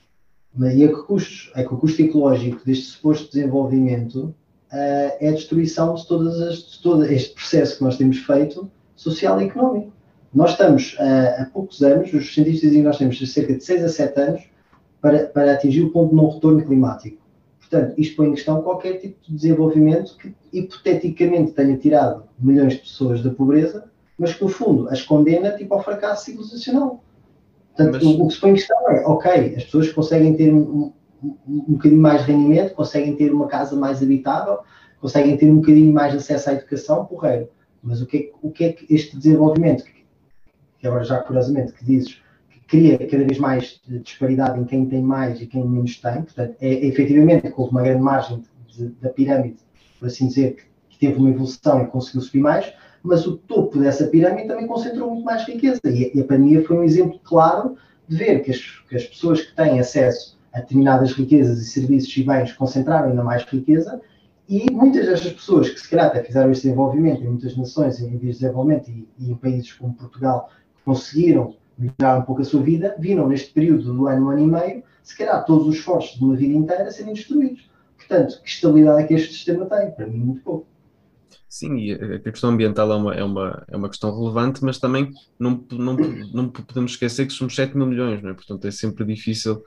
Mas e a que custos? É que o custo ecológico deste suposto desenvolvimento uh, é a destruição de, todas as, de todo este processo que nós temos feito, social e económico. Nós estamos, uh, há poucos anos, os cientistas dizem que nós temos cerca de seis a sete anos para, para atingir o ponto de não retorno climático. Portanto, isto põe em questão qualquer tipo de desenvolvimento que, hipoteticamente, tenha tirado milhões de pessoas da pobreza, mas que, no fundo, as condena tipo, ao fracasso civilizacional. Portanto, mas... o, o que se põe em questão é, ok, as pessoas conseguem ter um, um, um bocadinho mais de rendimento, conseguem ter uma casa mais habitável, conseguem ter um bocadinho mais de acesso à educação, porreiro. Mas o que é, o que, é que este desenvolvimento, que agora já curiosamente que dizes, que cria cada vez mais disparidade em quem tem mais e quem menos tem, portanto, é, é efetivamente que houve uma grande margem de, da pirâmide, por assim dizer, que, que teve uma evolução e conseguiu subir mais, mas o topo dessa pirâmide também concentrou muito mais riqueza. E, e a pandemia foi um exemplo claro de ver que as, que as pessoas que têm acesso a determinadas riquezas e serviços e bens concentraram ainda mais riqueza, e muitas destas pessoas que se calhar até fizeram este desenvolvimento em muitas nações em vias de desenvolvimento e, e em países como Portugal, conseguiram melhorar um pouco a sua vida, viram neste período do ano, um ano e meio, se calhar todos os esforços de uma vida inteira serem destruídos. Portanto, que estabilidade é que este sistema tem? Para mim, muito pouco. Sim, e a questão ambiental é uma, é uma, é uma questão relevante, mas também não, não, não podemos esquecer que somos sete mil milhões, não é? Portanto, é sempre difícil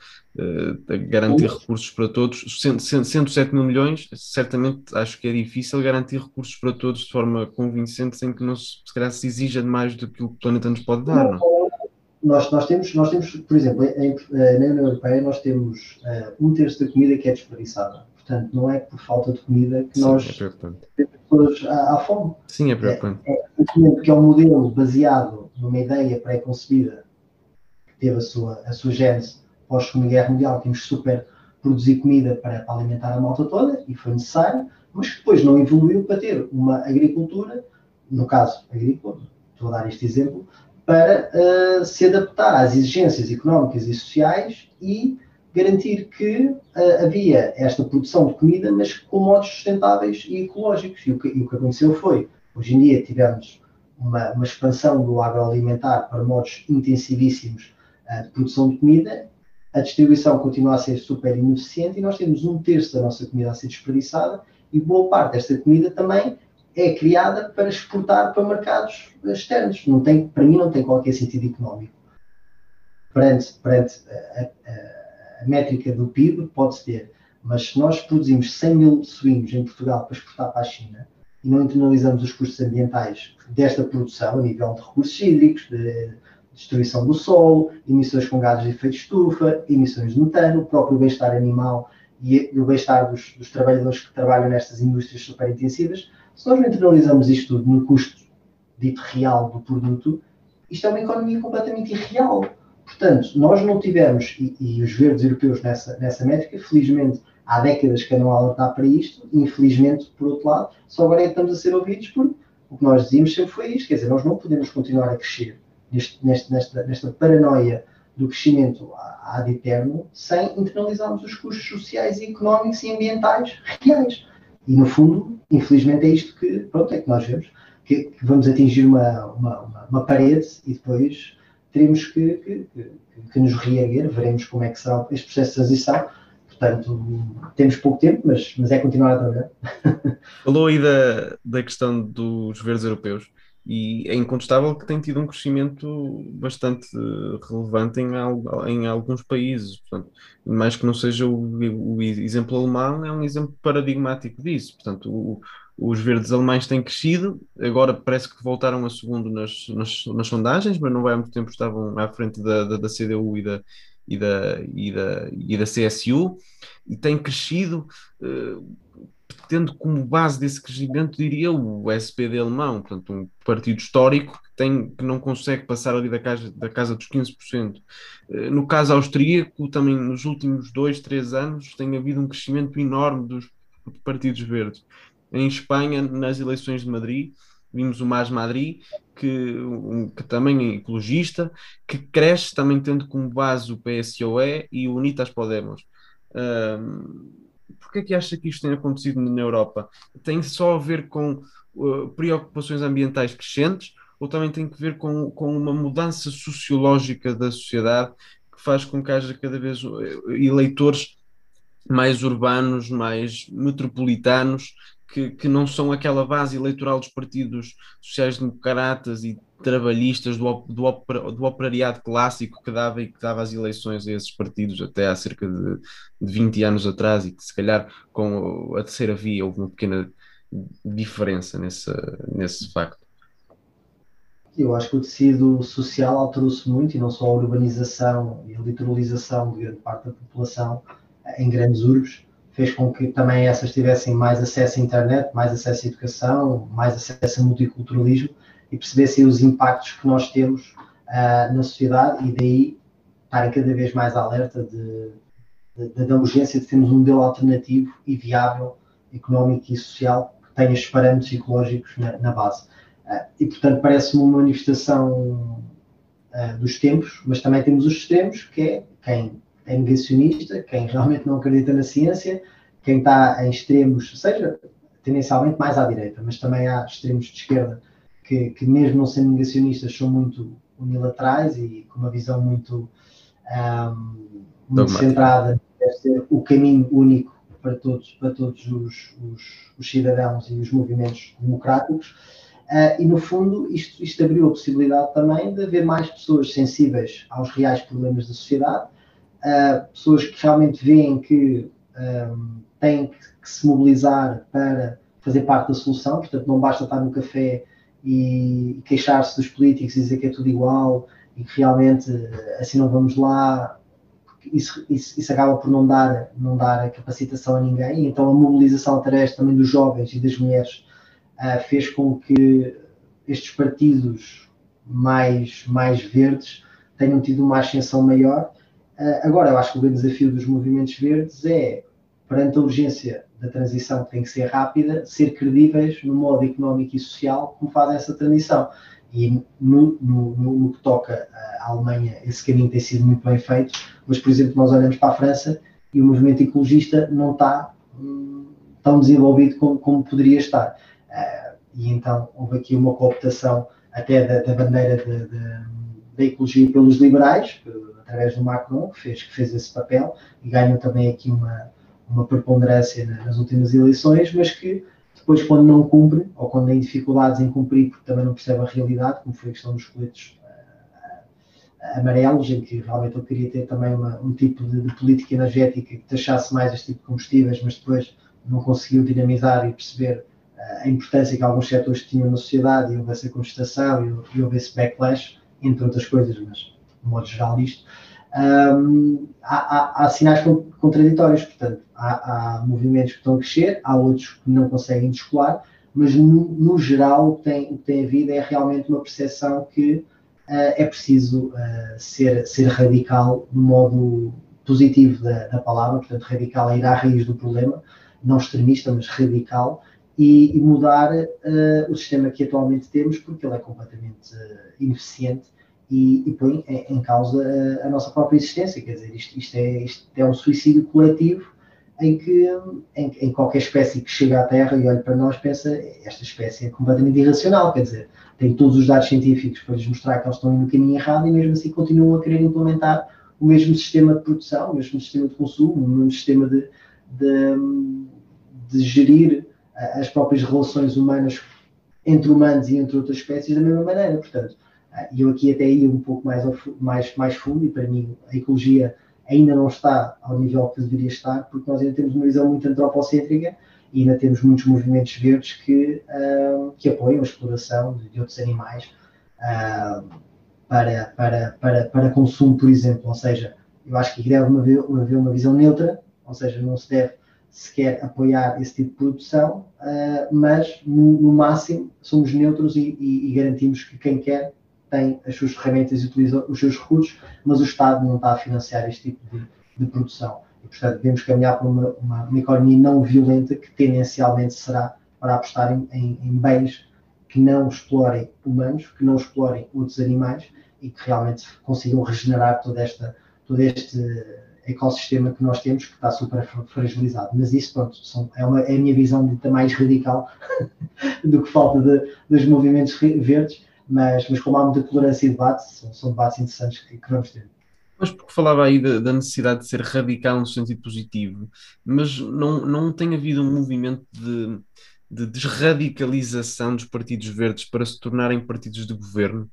uh, garantir recursos para todos. Sendo, sendo, sendo sete mil milhões, certamente acho que é difícil garantir recursos para todos de forma convincente, sem que não se, se calhar se exija mais do que o planeta nos pode dar, não é? Nós, nós, temos, nós temos, por exemplo, em, na União Europeia nós temos uh, um terço da comida que é desperdiçada. Portanto, não é por falta de comida que Sim, nós é temos pessoas à, à fome. Sim, é preocupante. É, é, que é um modelo baseado numa ideia pré-concebida que teve a sua, a sua gênese pós-Segunda Guerra Mundial, temos super produzir comida para, para alimentar a malta toda, e foi necessário, mas que depois não evoluiu para ter uma agricultura, no caso agrícola, estou a dar este exemplo, para uh, se adaptar às exigências económicas e sociais e garantir que uh, havia esta produção de comida, mas com modos sustentáveis e ecológicos. E o que, e o que aconteceu foi, hoje em dia tivemos uma, uma expansão do agroalimentar para modos intensivíssimos uh, de produção de comida, a distribuição continua a ser super ineficiente e nós temos um terço da nossa comida a ser desperdiçada e boa parte desta comida também é criada para exportar para mercados externos. Não tem, para mim não tem qualquer sentido económico. Perante, perante a, a, a métrica do P I B pode-se ter, mas se nós produzimos cem mil suínos em Portugal para exportar para a China e não internalizamos os custos ambientais desta produção a nível de recursos hídricos, de destruição do solo, emissões com gases de efeito de estufa, emissões de metano, o próprio bem-estar animal e o bem-estar dos, dos trabalhadores que trabalham nestas indústrias super intensivas, se nós não internalizamos isto tudo no custo dito real do produto, isto é uma economia completamente irreal. Portanto, nós não tivemos, e, e os verdes europeus nessa, nessa métrica, felizmente há décadas que andam a alertar para isto, e infelizmente, por outro lado, só agora é que estamos a ser ouvidos porque o que nós dizíamos sempre foi isto, quer dizer, nós não podemos continuar a crescer neste, neste, nesta, nesta paranoia do crescimento ad eterno sem internalizarmos os custos sociais e económicos e ambientais reais. E, no fundo, infelizmente é isto que, pronto, é que nós vemos, que, que vamos atingir uma, uma, uma, uma parede e depois teremos que, que, que, que nos reerguer, veremos como é que será este processo de transição. Portanto, temos pouco tempo, mas, mas é continuar a trabalhar. Falou aí da, da questão dos verdes europeus e é incontestável que tem tido um crescimento bastante relevante em, em alguns países. Portanto, mais que não seja o, o exemplo alemão, é um exemplo paradigmático disso. Portanto, o, os verdes alemães têm crescido, agora parece que voltaram a segundo nas, nas, nas sondagens, mas não vai há muito tempo estavam à frente da, da, da C D U e da, e, da, e, da, e da C S U, e têm crescido... Uh, tendo como base desse crescimento, diria o S P D alemão, portanto, um partido histórico que, tem, que não consegue passar ali da casa, da casa dos quinze por cento. No caso austríaco, também nos últimos dois, três anos, tem havido um crescimento enorme dos partidos verdes. Em Espanha, nas eleições de Madrid, vimos o Mas Madrid, que, um, que também é ecologista, que cresce também tendo como base o P S O E e o Unidas Podemos. Um, Porquê é que acha que isto tem acontecido na Europa? Tem só a ver com uh, preocupações ambientais crescentes ou também tem que ver com, com uma mudança sociológica da sociedade que faz com que haja cada vez eleitores mais urbanos, mais metropolitanos, que, que não são aquela base eleitoral dos partidos sociais-democratas e trabalhistas do, do, do operariado clássico que dava e que dava as eleições a esses partidos até há cerca de, de vinte anos atrás, e que se calhar com a terceira via houve uma pequena diferença nesse, nesse facto. Eu acho que o tecido social alterou-se muito, e não só a urbanização e a litoralização de grande parte da população em grandes urbes, fez com que também essas tivessem mais acesso à internet, mais acesso à educação, mais acesso a multiculturalismo, e percebessem os impactos que nós temos uh, na sociedade, e daí estarem cada vez mais alerta de, de, de, da urgência de termos um modelo alternativo e viável, económico e social, que tenha estes parâmetros ecológicos na, na base. Uh, e, portanto, parece-me uma manifestação uh, dos tempos, mas também temos os extremos, que é quem é negacionista, quem realmente não acredita na ciência, quem está em extremos, seja tendencialmente mais à direita, mas também há extremos de esquerda que, que mesmo não sendo negacionistas, são muito unilaterais e com uma visão muito, um, muito centrada, deve ser o caminho único para todos, para todos os, os, os cidadãos e os movimentos democráticos. Uh, e, no fundo, isto, isto abriu a possibilidade também de haver mais pessoas sensíveis aos reais problemas da sociedade, uh, pessoas que realmente veem que um, têm que, que se mobilizar para fazer parte da solução. Portanto, não basta estar no café e queixar-se dos políticos e dizer que é tudo igual e que realmente assim não vamos lá. Isso, isso, isso acaba por não dar, não dar capacitação a ninguém. Então, a mobilização através também dos jovens e das mulheres Uh, fez com que estes partidos mais, mais verdes tenham tido uma ascensão maior. Uh, agora, eu acho que o grande desafio dos movimentos verdes é, perante a urgência da transição que tem que ser rápida, ser credíveis no modo económico e social como fazem essa transição. E no, no, no, no que toca à Alemanha, esse caminho tem sido muito bem feito, mas, por exemplo, nós olhamos para a França e o movimento ecologista não está hum, tão desenvolvido como, como poderia estar. Uh, e então houve aqui uma cooptação até da, da bandeira de, de, da ecologia pelos liberais, através do Macron, que fez, que fez esse papel, e ganhou também aqui uma, uma preponderância nas últimas eleições, mas que depois, quando não cumpre, ou quando tem dificuldades em cumprir, porque também não percebe a realidade, como foi a questão dos coletes uh, amarelos, em que realmente eu queria ter também uma, um tipo de, de política energética que taxasse mais este tipo de combustíveis, mas depois não conseguiu dinamizar e perceber uh, a importância que alguns setores tinham na sociedade, e houve essa contestação, e, e houve esse backlash, entre outras coisas, mas de modo geral isto. Um, há, há, há sinais contraditórios, portanto, há, há movimentos que estão a crescer, há outros que não conseguem descolar, mas no, no geral o que, tem, o que tem havido é realmente uma percepção que uh, é preciso uh, ser, ser radical no modo positivo da, da palavra, portanto radical é ir à raiz do problema, não extremista, mas radical, e, e mudar uh, o sistema que atualmente temos, porque ele é completamente uh, ineficiente e, e põe em, em causa a, a nossa própria existência. Quer dizer, isto, isto, é, isto é um suicídio coletivo em que em, em qualquer espécie que chega à Terra e olha para nós pensa, esta espécie é completamente irracional, quer dizer, tem todos os dados científicos para lhes mostrar que eles estão no caminho errado e mesmo assim continuam a querer implementar o mesmo sistema de produção, o mesmo sistema de consumo, o mesmo sistema de, de, de gerir as próprias relações humanas entre humanos e entre outras espécies da mesma maneira. Portanto, e eu aqui até ia um pouco mais, mais, mais fundo, e para mim a ecologia ainda não está ao nível que deveria estar, porque nós ainda temos uma visão muito antropocêntrica e ainda temos muitos movimentos verdes que, uh, que apoiam a exploração de, de outros animais uh, para, para, para, para consumo, por exemplo. Ou seja, eu acho que deve haver, haver uma visão neutra, ou seja, não se deve sequer apoiar esse tipo de produção, uh, mas no, no máximo somos neutros e, e, e garantimos que quem quer tem as suas ferramentas e utiliza os seus recursos, mas o Estado não está a financiar este tipo de, de produção. E, portanto, devemos caminhar para uma, uma, uma economia não violenta que tendencialmente será para apostar em, em, em bens que não explorem humanos, que não explorem outros animais e que realmente consigam regenerar toda esta, todo este ecossistema que nós temos, que está super fragilizado. Mas isso, pronto, são, é, uma, é a minha visão dita mais radical do que falta de, dos movimentos verdes. Mas, mas como há muita tolerância e debate, são, são debates interessantes que, que vamos ter. Mas porque falava aí da, da necessidade de ser radical no sentido positivo, mas não, não tem havido um movimento de, de desradicalização dos partidos verdes para se tornarem partidos de governo?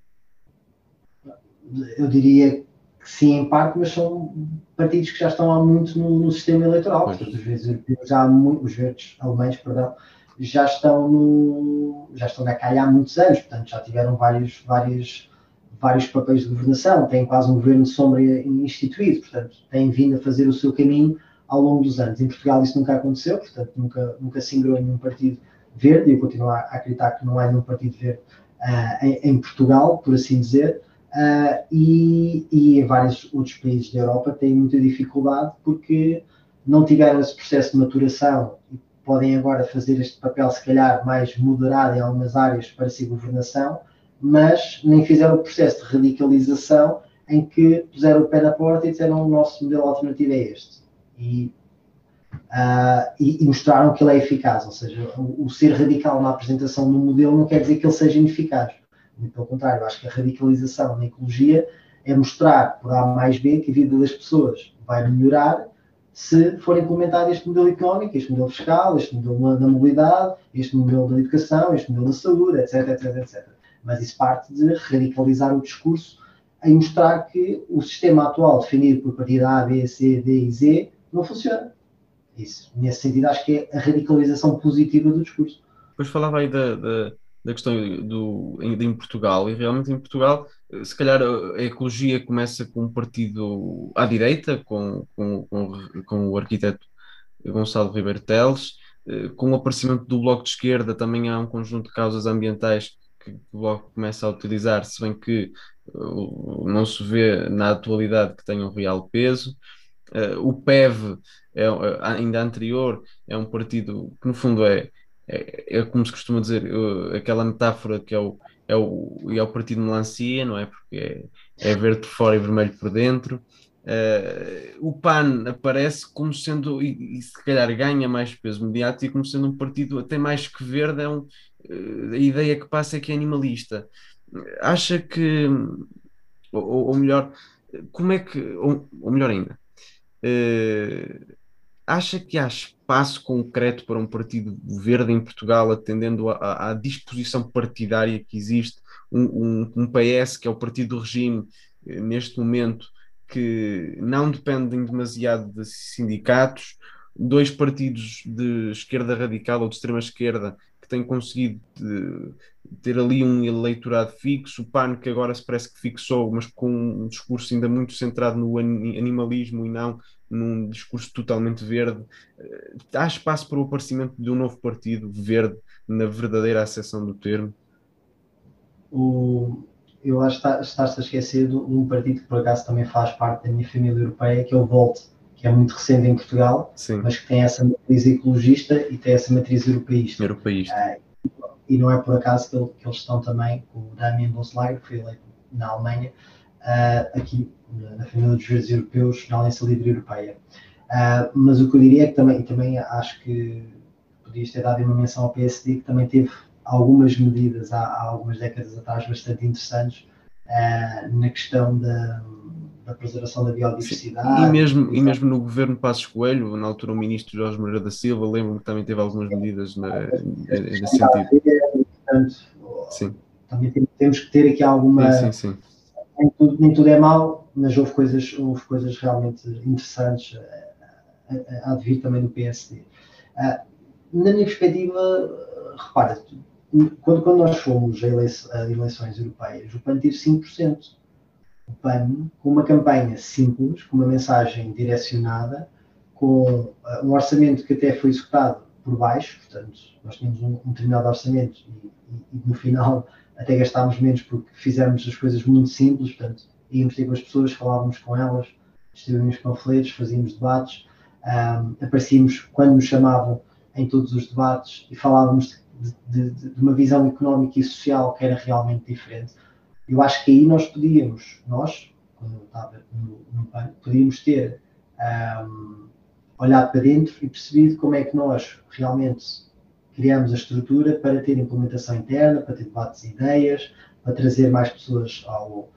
Eu diria que sim, em parte, mas são partidos que já estão há muito no, no sistema eleitoral. Pois. Portanto, os verdes, já há muito, os verdes alemães, perdão, já estão, no, já estão na calha há muitos anos, portanto já tiveram vários, vários, vários papéis de governação, têm quase um governo de sombra instituído, portanto têm vindo a fazer o seu caminho ao longo dos anos. Em Portugal isso nunca aconteceu, portanto nunca, nunca se ingrou em nenhum partido verde, e eu continuo a acreditar que não há nenhum partido verde uh, em, em Portugal, por assim dizer, uh, e, e em vários outros países da Europa têm muita dificuldade porque não tiveram esse processo de maturação e podem agora fazer este papel, se calhar, mais moderado em algumas áreas para si governação, mas nem fizeram o processo de radicalização em que puseram o pé na porta e disseram o nosso modelo alternativo é este. E, uh, e, e mostraram que ele é eficaz, ou seja, o, o ser radical na apresentação do modelo não quer dizer que ele seja ineficaz. Muito pelo contrário, acho que a radicalização na ecologia é mostrar, por A mais B, que a vida das pessoas vai melhorar se for implementado este modelo económico, este modelo fiscal, este modelo da mobilidade, este modelo da educação, este modelo da saúde, etc, etc, etcétera. Mas isso parte de radicalizar o discurso e mostrar que o sistema atual, definido por partido A, B, C, D e Z, não funciona. Isso, nesse sentido, acho que é a radicalização positiva do discurso. Depois falava aí da, da, da questão do, em, em Portugal, e realmente em Portugal, se calhar a ecologia começa com um partido à direita, com, com, com, com o arquiteto Gonçalo Ribeiro Teles, com o aparecimento do Bloco de Esquerda também há um conjunto de causas ambientais que o Bloco começa a utilizar, se bem que uh, não se vê na atualidade que tenham real peso. Uh, o P E V, é, ainda anterior, é um partido que no fundo é, é, é como se costuma dizer, uh, aquela metáfora que é o, é o, e é o partido melancia, não é? Porque é, é verde por fora e vermelho por dentro. Uh, o PAN aparece como sendo, e, e se calhar ganha mais peso mediático, como sendo um partido até mais que verde, é um, uh, a ideia que passa é que é animalista. Acha que, ou, ou melhor, como é que, ou, ou melhor ainda, uh, acha que há espaço concreto para um partido verde em Portugal, atendendo à, à disposição partidária que existe? Um, um, um P S, que é o partido do regime, eh, neste momento, que não dependem demasiado de sindicatos, dois partidos de esquerda radical ou de extrema esquerda que têm conseguido eh, ter ali um eleitorado fixo, o PAN que agora se parece que fixou, mas com um discurso ainda muito centrado no animalismo e não num discurso totalmente verde. Eh, Há espaço para o aparecimento de um novo partido verde na verdadeira acessão do termo? O, eu acho que está, estás a esquecer de um partido que por acaso também faz parte da minha família europeia, que é o Volt, que é muito recente em Portugal, Sim, mas que tem essa matriz ecologista e tem essa matriz europeísta. europeísta. Uh, e não é por acaso que, ele, que, eles estão também com o Damien Bonslager, que foi eleito na Alemanha, uh, aqui na, na família dos verdes europeus, na Aliança Livre Europeia. Uh, mas o que eu diria é que também, também acho que podias ter dado uma menção ao P S D, que também teve algumas medidas há, há algumas décadas atrás bastante interessantes uh, na questão da, da preservação da Sim. E biodiversidade. mesmo, e E, mesmo no governo Passos Coelho, na altura o ministro Jorge Moreira da Silva, lembro-me que também teve algumas medidas na, nesse sentido. portanto, Sim, também temos que ter aqui alguma. sim, sim, sim. Nem tudo, nem tudo é mau, mas houve coisas, houve coisas realmente interessantes a, a, a vir também do P S D. Uh, na minha perspectiva, repara, quando, quando nós fomos a, eleições, a eleições europeias, o PAN teve cinco por cento. O PAN, com uma campanha simples, com uma mensagem direcionada, com uh, um orçamento que até foi executado por baixo, portanto, nós tínhamos um, um determinado orçamento e, e, e no final até gastámos menos porque fizemos as coisas muito simples, portanto, íamos ter com as pessoas, falávamos com elas, distribuímos panfletos, fazíamos debates, um, aparecíamos quando nos chamavam em todos os debates e falávamos de, de, de, de uma visão económica e social que era realmente diferente. Eu acho que aí nós podíamos, nós, quando eu estava no, no PAN, podíamos ter um, olhado para dentro e percebido como é que nós realmente criamos a estrutura para ter implementação interna, para ter debates de ideias, para trazer mais pessoas ao,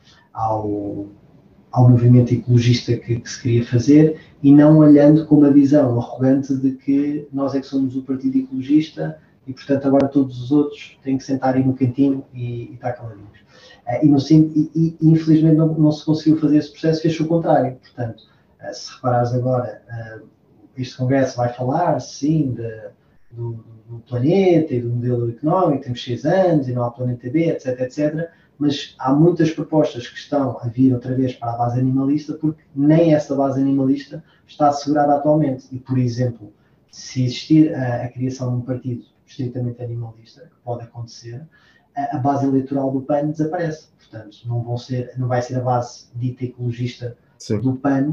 ao, ao movimento ecologista que, que se queria fazer e não olhando com uma visão arrogante de que nós é que somos o partido ecologista e, portanto, agora todos os outros têm que sentar aí no cantinho e, e estar caladinhos. Uh, e, no, e, e, infelizmente, não, não se conseguiu fazer esse processo, fez o contrário. Portanto, uh, se reparares agora, uh, este Congresso vai falar, sim, de, do, do planeta e do modelo económico, temos seis anos e não há planeta B, etc, etcétera. Mas há muitas propostas que estão a vir outra vez para a base animalista, porque nem essa base animalista está assegurada atualmente. E, por exemplo, se existir a, a criação de um partido estritamente animalista, que pode acontecer, a, a base eleitoral do PAN desaparece. Portanto, não, vão ser, não vai ser a base dita ecologista Sim. do PAN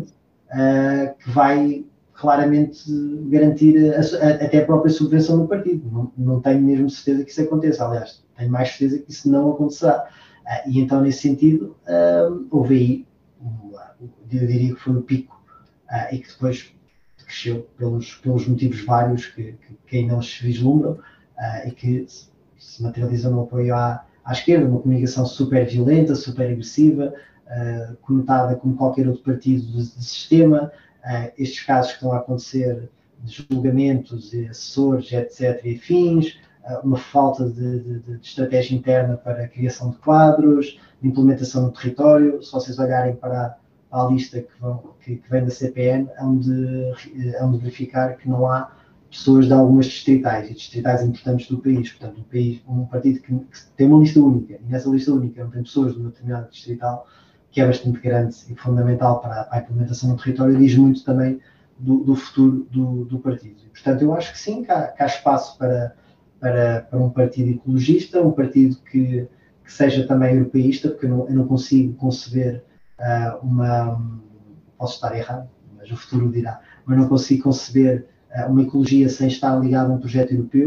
uh, que vai claramente garantir a, a, até a própria subvenção do partido. Não, não tenho mesmo certeza que isso aconteça. Aliás, tenho mais certeza que isso não acontecerá. Uh, e então, nesse sentido, uh, houve aí, um, eu diria que foi o pico, uh, e que depois cresceu pelos, pelos motivos vários que, que, que ainda não se vislumbram, uh, e que se, se materializam no apoio à, à esquerda, uma comunicação super violenta, super agressiva, uh, conotada como qualquer outro partido do, do sistema. Uh, estes casos que estão a acontecer de julgamentos e assessores, etcétera, e afins, uma falta de, de, de estratégia interna para a criação de quadros, de implementação no território. Se vocês olharem para a, a lista que, vão, que, que vem da C P N, hão de, hão de verificar que não há pessoas de algumas distritais, e distritais importantes do país. Portanto, um, país, um partido que, que tem uma lista única, e nessa lista única não tem pessoas de uma determinada distrital, que é bastante grande e fundamental para a, para a implementação no território, diz muito também do, do futuro do, do partido. E, portanto, eu acho que sim, que há, que há espaço para Para, para um partido ecologista, um partido que, que seja também europeísta, porque eu não, eu não consigo conceber uh, uma, posso estar errado, mas o futuro dirá, mas não consigo conceber uh, uma ecologia sem estar ligada a um projeto europeu,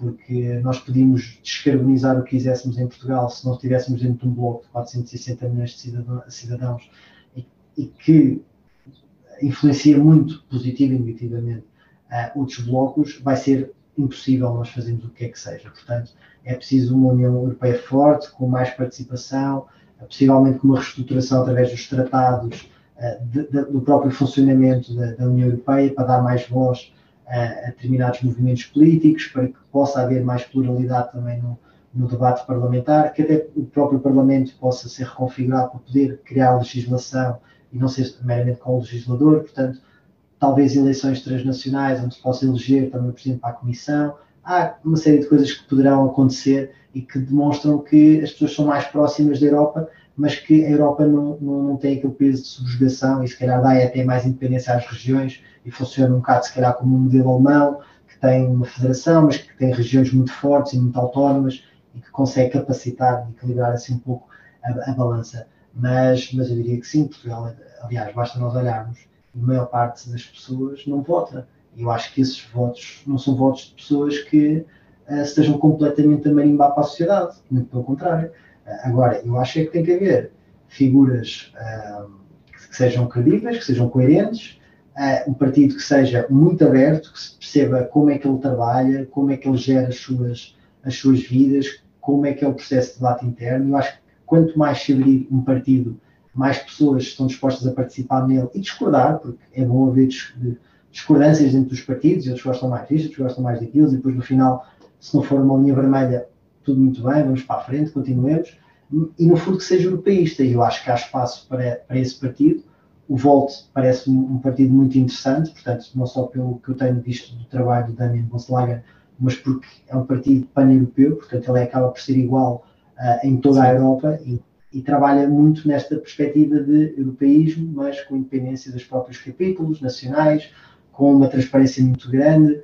porque nós podíamos descarbonizar o que quiséssemos em Portugal se não estivéssemos dentro de um bloco de quatrocentos e sessenta milhões de cidadãos e, e que influencia muito positivo e negativamente uh, outros blocos, vai ser impossível nós fazermos o que é que seja. Portanto, é preciso uma União Europeia forte, com mais participação, uh, possivelmente com uma reestruturação através dos tratados, uh, de, de, do próprio funcionamento da, da União Europeia, para dar mais voz uh, a determinados movimentos políticos, para que possa haver mais pluralidade também no, no debate parlamentar, que até o próprio Parlamento possa ser reconfigurado para poder criar legislação e não ser meramente com o legislador. Portanto, talvez eleições transnacionais, onde se possa eleger também o Presidente para a Comissão. Há uma série de coisas que poderão acontecer e que demonstram que as pessoas são mais próximas da Europa, mas que a Europa não, não, não tem aquele peso de subjugação e se calhar dá até mais independência às regiões e funciona um bocado se calhar como um modelo alemão, que tem uma federação, mas que tem regiões muito fortes e muito autónomas e que consegue capacitar e equilibrar assim um pouco a, a balança. Mas, mas eu diria que sim, Portugal, aliás, basta nós olharmos, a maior parte das pessoas não vota. E eu acho que esses votos não são votos de pessoas que uh, estejam completamente a marimbar para a sociedade, muito pelo contrário. Uh, agora, eu acho é que tem que haver figuras uh, que, que sejam credíveis, que sejam coerentes, uh, um partido que seja muito aberto, que se perceba como é que ele trabalha, como é que ele gera as suas, as suas vidas, como é que é o processo de debate interno. Eu acho que quanto mais se abrir um partido, mais pessoas estão dispostas a participar nele e discordar, porque é bom haver discordâncias dentro dos partidos, outros gostam mais disto, outros gostam mais daquilo, e depois no final, se não for uma linha vermelha, tudo muito bem, vamos para a frente, continuemos, e no fundo que seja europeísta, e eu acho que há espaço para, para esse partido. O Volt parece um, um partido muito interessante, portanto, não só pelo que eu tenho visto do trabalho do Damian Bonslager, mas porque é um partido pan-europeu, portanto ele acaba por ser igual uh, em toda a Europa, e e trabalha muito nesta perspectiva de europeísmo, mas com independência dos próprios capítulos nacionais, com uma transparência muito grande,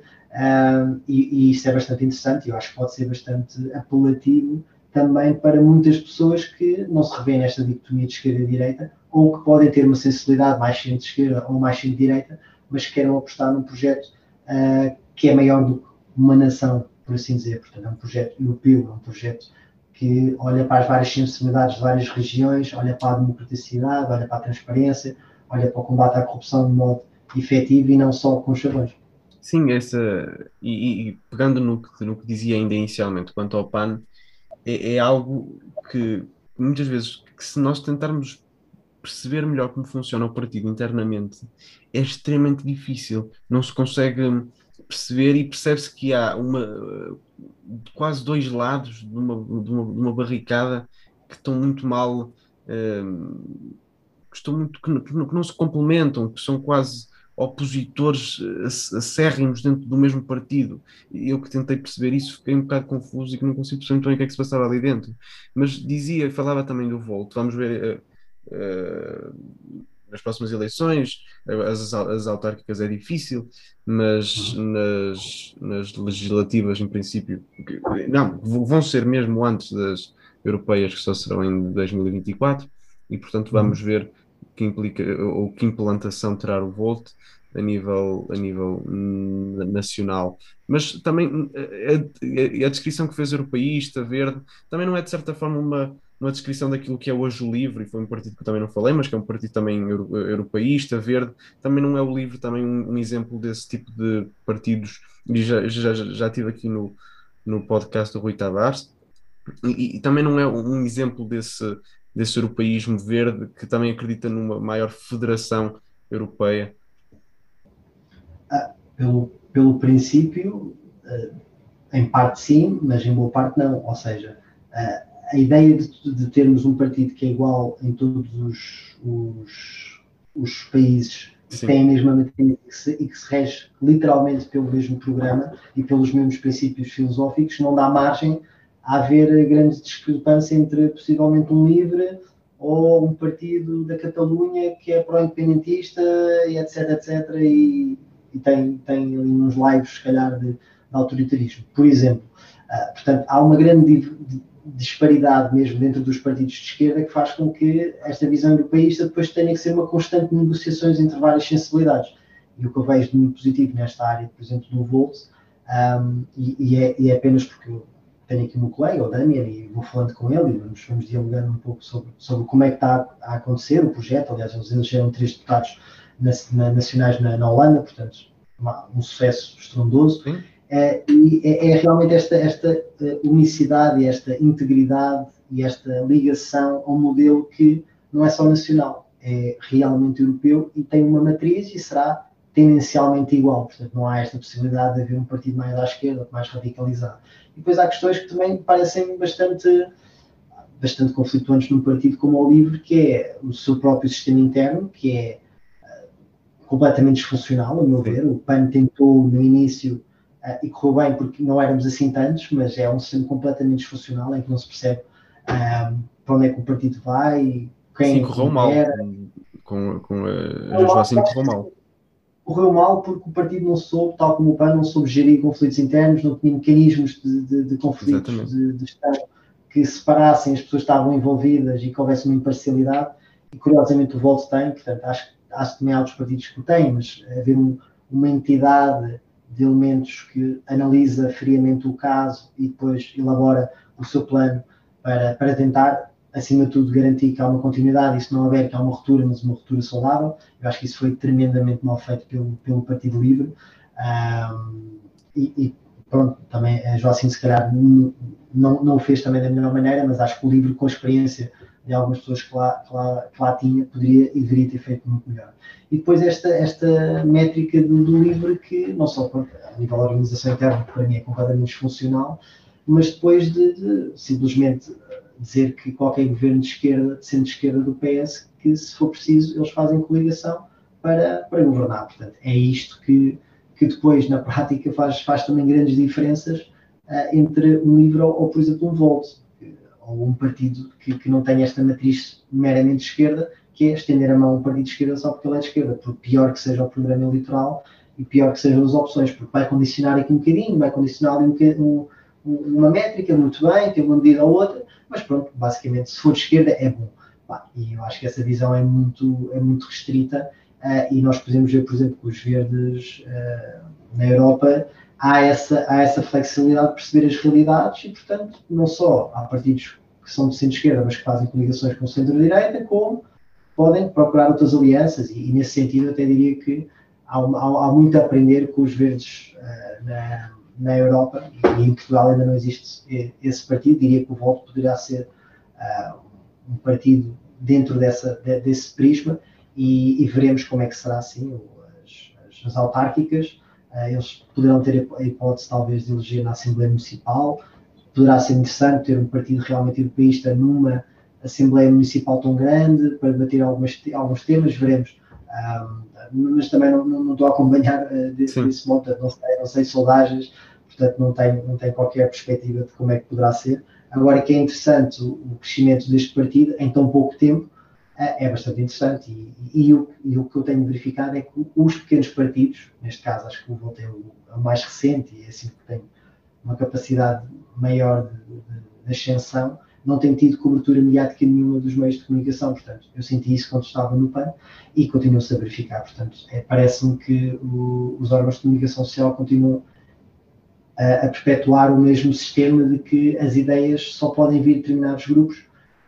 uh, e, e isso é bastante interessante, e eu acho que pode ser bastante apelativo também para muitas pessoas que não se revêem nesta dicotomia de esquerda e direita, ou que podem ter uma sensibilidade mais centro-esquerda ou mais centro-direita, mas que queiram apostar num projeto uh, que é maior do que uma nação, por assim dizer. Portanto, é um projeto europeu, é um projeto que olha para as várias sensibilidades de várias regiões, olha para a democraticidade, olha para a transparência, olha para o combate à corrupção de modo efetivo e não só com os chavões. Sim, essa, e, e pegando no que, no que dizia ainda inicialmente quanto ao P A N, é, é algo que muitas vezes, que se nós tentarmos perceber melhor como funciona o partido internamente, é extremamente difícil. Não se consegue perceber e percebe-se que há uma, quase dois lados de uma, de uma, de uma barricada que estão muito mal, um, que, estão muito, que, não, que não se complementam, que são quase opositores acérrimos dentro do mesmo partido. E eu que tentei perceber isso, fiquei um bocado confuso e que não consigo perceber muito bem o que é que se passava ali dentro. Mas dizia, falava também do Volt, vamos ver... Uh, nas próximas eleições, as, as autárquicas é difícil, mas nas, nas legislativas, em princípio, não, vão ser mesmo antes das europeias, que só serão em dois mil e vinte e quatro, e portanto vamos ver que implica, ou que implantação terá o Volt a nível, a nível nacional. Mas também a, a, a descrição que fez europeísta, verde, também não é de certa forma uma uma descrição daquilo que é hoje o LIVRE, e foi um partido que eu também não falei, mas que é um partido também euro, europeísta, verde, também não é o LIVRE também um, um exemplo desse tipo de partidos, e já, já, já estive aqui no, no podcast do Rui Tavares, e, e também não é um exemplo desse, desse europeísmo verde, que também acredita numa maior federação europeia. Ah, pelo, pelo princípio, em parte sim, mas em boa parte não, ou seja, a ideia de, de termos um partido que é igual em todos os, os, os países que têm a mesma matéria e que, se, e que se rege literalmente pelo mesmo programa e pelos mesmos princípios filosóficos, não dá margem a haver grande discrepância entre possivelmente um LIVRE ou um partido da Catalunha que é pró-independentista e etc, etc, e, e tem, tem ali uns lives, se calhar, de, de autoritarismo, por exemplo. Uh, portanto, há uma grande disparidade mesmo dentro dos partidos de esquerda que faz com que esta visão europeísta depois tenha que ser uma constante negociações entre várias sensibilidades. E o que eu vejo de muito positivo nesta área, por exemplo, do Volt, Um, e, e, é, e é apenas porque eu tenho aqui o meu colega, o Damian, e vou falando com ele e vamos, vamos dialogando um pouco sobre, sobre como é que está a, a acontecer o projeto. Aliás, eles elegeram três deputados na, na, nacionais na, na Holanda, portanto, uma, um sucesso estrondoso. É, e é, é realmente esta, esta unicidade, esta integridade e esta ligação a um modelo que não é só nacional, é realmente europeu e tem uma matriz e será tendencialmente igual. Portanto, não há esta possibilidade de haver um partido mais à esquerda, mais radicalizado. E depois há questões que também parecem bastante, bastante conflituantes num partido como o LIVRE, que é o seu próprio sistema interno, que é uh, completamente disfuncional, a meu ver. O P A N tentou no início Uh, e correu bem porque não éramos assim tantos, mas é um sistema completamente disfuncional em que não se percebe um, para onde é que o partido vai, quem Sim, é correu que mal. era. Com, com a, a Joacim correu mal. Correu mal porque o partido não soube, tal como o P A N, não soube gerir conflitos internos, não tinha mecanismos de, de, de conflitos de, de gestão que separassem as pessoas que estavam envolvidas e que houvesse uma imparcialidade. E curiosamente o Volt tem, portanto, acho, acho que também há outros partidos que o têm, mas haver um, uma entidade de elementos que analisa friamente o caso e depois elabora o seu plano para, para tentar, acima de tudo, garantir que há uma continuidade e se não houver que há uma ruptura, mas uma ruptura saudável. Eu acho que isso foi tremendamente mal feito pelo, pelo Partido Livre. Um, e, e pronto, também a Joacim se calhar não, não o fez também da melhor maneira, mas acho que o Livre, com a experiência de algumas pessoas que lá, que lá, que lá tinha, poderia e deveria ter feito muito melhor. E depois esta, esta métrica do, do LIVRE, que não só a nível da organização interna, que para mim é completamente disfuncional, mas depois de, de simplesmente dizer que qualquer governo de esquerda, de centro-esquerda do P S, que se for preciso eles fazem coligação para, para governar. Portanto, é isto que, que depois na prática faz, faz também grandes diferenças uh, entre um LIVRE ou, ou, por exemplo, um Volt, ou um partido que, que não tem esta matriz meramente de esquerda, que é estender a mão a um partido de esquerda só porque ele é de esquerda, porque pior que seja o programa eleitoral e pior que sejam as opções, porque vai condicionar aqui um bocadinho, vai condicionar ali um, um, uma métrica, muito bem, tem uma medida ou outra, mas pronto, basicamente, se for de esquerda, é bom. E eu acho que essa visão é muito, é muito restrita uh, e nós podemos ver, por exemplo, que os verdes uh, na Europa há essa, há essa flexibilidade de perceber as realidades e, portanto, não só há partidos que são de centro-esquerda, mas que fazem coligações com o centro-direita, como podem procurar outras alianças e, e nesse sentido, até diria que há, há, há muito a aprender com os verdes uh, na, na Europa e em Portugal ainda não existe esse partido. Diria que o Volt poderá ser uh, um partido dentro dessa, de, desse prisma e, e veremos como é que será assim as, as, as autárquicas. Uh, eles poderão ter a hipótese talvez de eleger na Assembleia Municipal. Poderá ser interessante ter um partido realmente europeísta numa Assembleia Municipal tão grande para debater algumas, alguns temas, veremos. Um, mas também não, não, não estou a acompanhar uh, desse, desse modo, não sei, não sei sondagens, portanto não tenho, não tenho qualquer perspectiva de como é que poderá ser. Agora que é interessante o, o crescimento deste partido em tão pouco tempo, uh, é bastante interessante e, e, e, o, e o que eu tenho verificado é que os pequenos partidos, neste caso acho que o Volt é o, é o mais recente e é assim que tem uma capacidade maior de, de, de ascensão, não tem tido cobertura mediática nenhuma dos meios de comunicação. Portanto, eu senti isso quando estava no P A N e continuo-se a verificar. Portanto, é, parece-me que o, os órgãos de comunicação social continuam a, a perpetuar o mesmo sistema de que as ideias só podem vir de determinados grupos.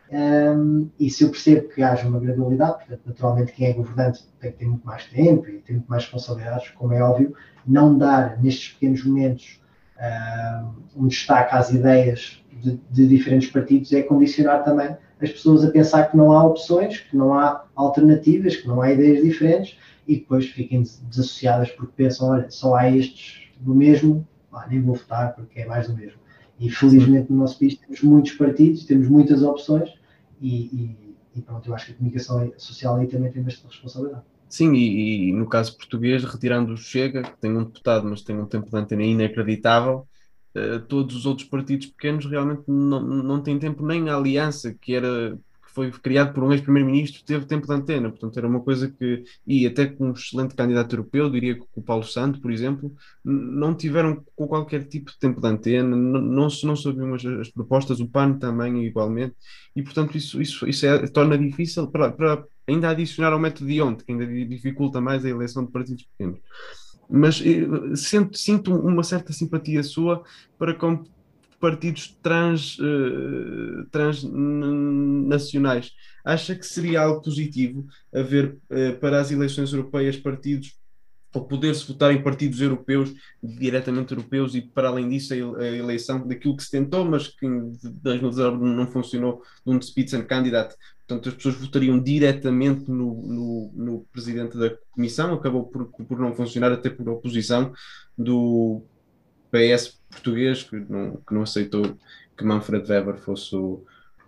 Um, e se eu percebo que haja uma gradualidade, portanto, naturalmente quem é governante tem que ter muito mais tempo e tem muito mais responsabilidades, como é óbvio, não dar nestes pequenos momentos um, um destaque às ideias De, de diferentes partidos é condicionar também as pessoas a pensar que não há opções, que não há alternativas, que não há ideias diferentes e depois fiquem desassociadas porque pensam, olha, só há estes do mesmo, ah, nem vou votar porque é mais do mesmo. E felizmente no nosso país temos muitos partidos, temos muitas opções e, e, e pronto, eu acho que a comunicação social aí também tem bastante responsabilidade. Sim, e, e no caso português, retirando o Chega, que tem um deputado, mas tem um tempo de antena inacreditável. Uh, todos os outros partidos pequenos realmente não, não têm tempo, nem a Aliança, que era que foi criado por um ex-primeiro-ministro, teve tempo de antena, portanto era uma coisa que, e até com um excelente candidato europeu, diria que o Paulo Santo, por exemplo, não tiveram com qualquer tipo de tempo de antena, não, não, não sabiam as, as propostas, o P A N também igualmente, e portanto isso, isso, isso é, torna difícil para, para ainda adicionar ao método de ontem, que ainda dificulta mais a eleição de partidos pequenos. mas eh, sinto, sinto uma certa simpatia sua para com partidos trans, eh, transnacionais. Acha que seria algo positivo haver eh, para as eleições europeias partidos, ou poder-se votar em partidos europeus, diretamente europeus, e para além disso a ele- a eleição daquilo que se tentou, mas que em dois mil e dezanove não funcionou, de um Spitzenkandidat. Portanto, as pessoas votariam diretamente no, no, no presidente da comissão, acabou por, por não funcionar, até por oposição do P S português, que não, que não aceitou que Manfred Weber fosse o,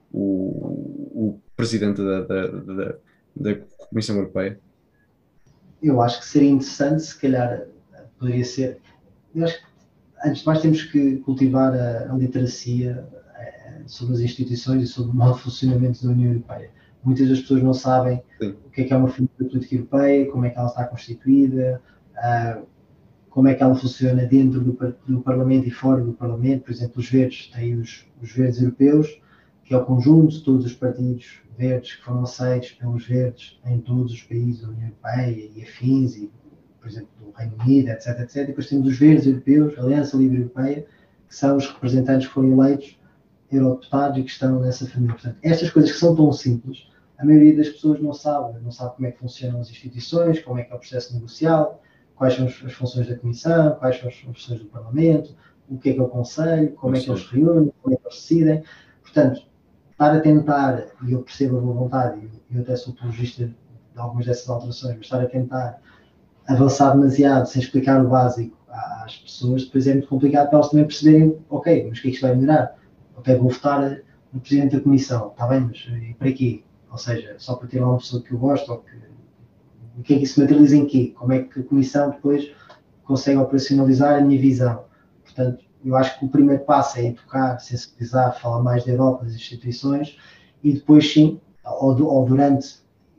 o, o presidente da, da, da, da Comissão Europeia. Eu acho que seria interessante, se calhar poderia ser. Eu acho que antes de mais temos que cultivar a, a literacia eh, sobre as instituições e sobre o modo de funcionamento da União Europeia. Muitas das pessoas não sabem Sim. o que é que é uma família política europeia, como é que ela está constituída, uh, como é que ela funciona dentro do, do Parlamento e fora do Parlamento. Por exemplo, os verdes têm os, os verdes europeus, que é o conjunto de todos os partidos verdes que foram aceitos pelos verdes em todos os países da União Europeia e afins, e, por exemplo, do Reino Unido, etc, etcétera. E depois temos os verdes europeus, a Aliança Livre Europeia, que são os representantes que foram eleitos eurodeputados e que estão nessa família. Portanto, estas coisas que são tão simples, a maioria das pessoas não sabe, não sabe como é que funcionam as instituições, como é que é o processo negocial, quais são as funções da Comissão, quais são as funções do Parlamento, o que é que é o Conselho, como é que eles se reúnem, como é que eles decidem. Portanto, estar a tentar, e eu percebo a boa vontade, e eu até sou apologista de algumas dessas alterações, mas estar a tentar avançar demasiado sem explicar o básico às pessoas, depois é muito complicado para elas também perceberem, ok, mas o que é que isto vai melhorar? Ok, vou votar no Presidente da Comissão, está bem, mas e para quê? Ou seja, só para ter lá uma pessoa que eu gosto, ou que o que é que isso materializa em quê? Como é que a Comissão depois consegue operacionalizar a minha visão? Portanto, eu acho que o primeiro passo é educar, sensibilizar, falar mais da Europa, das instituições, e depois sim, ou, ou durante,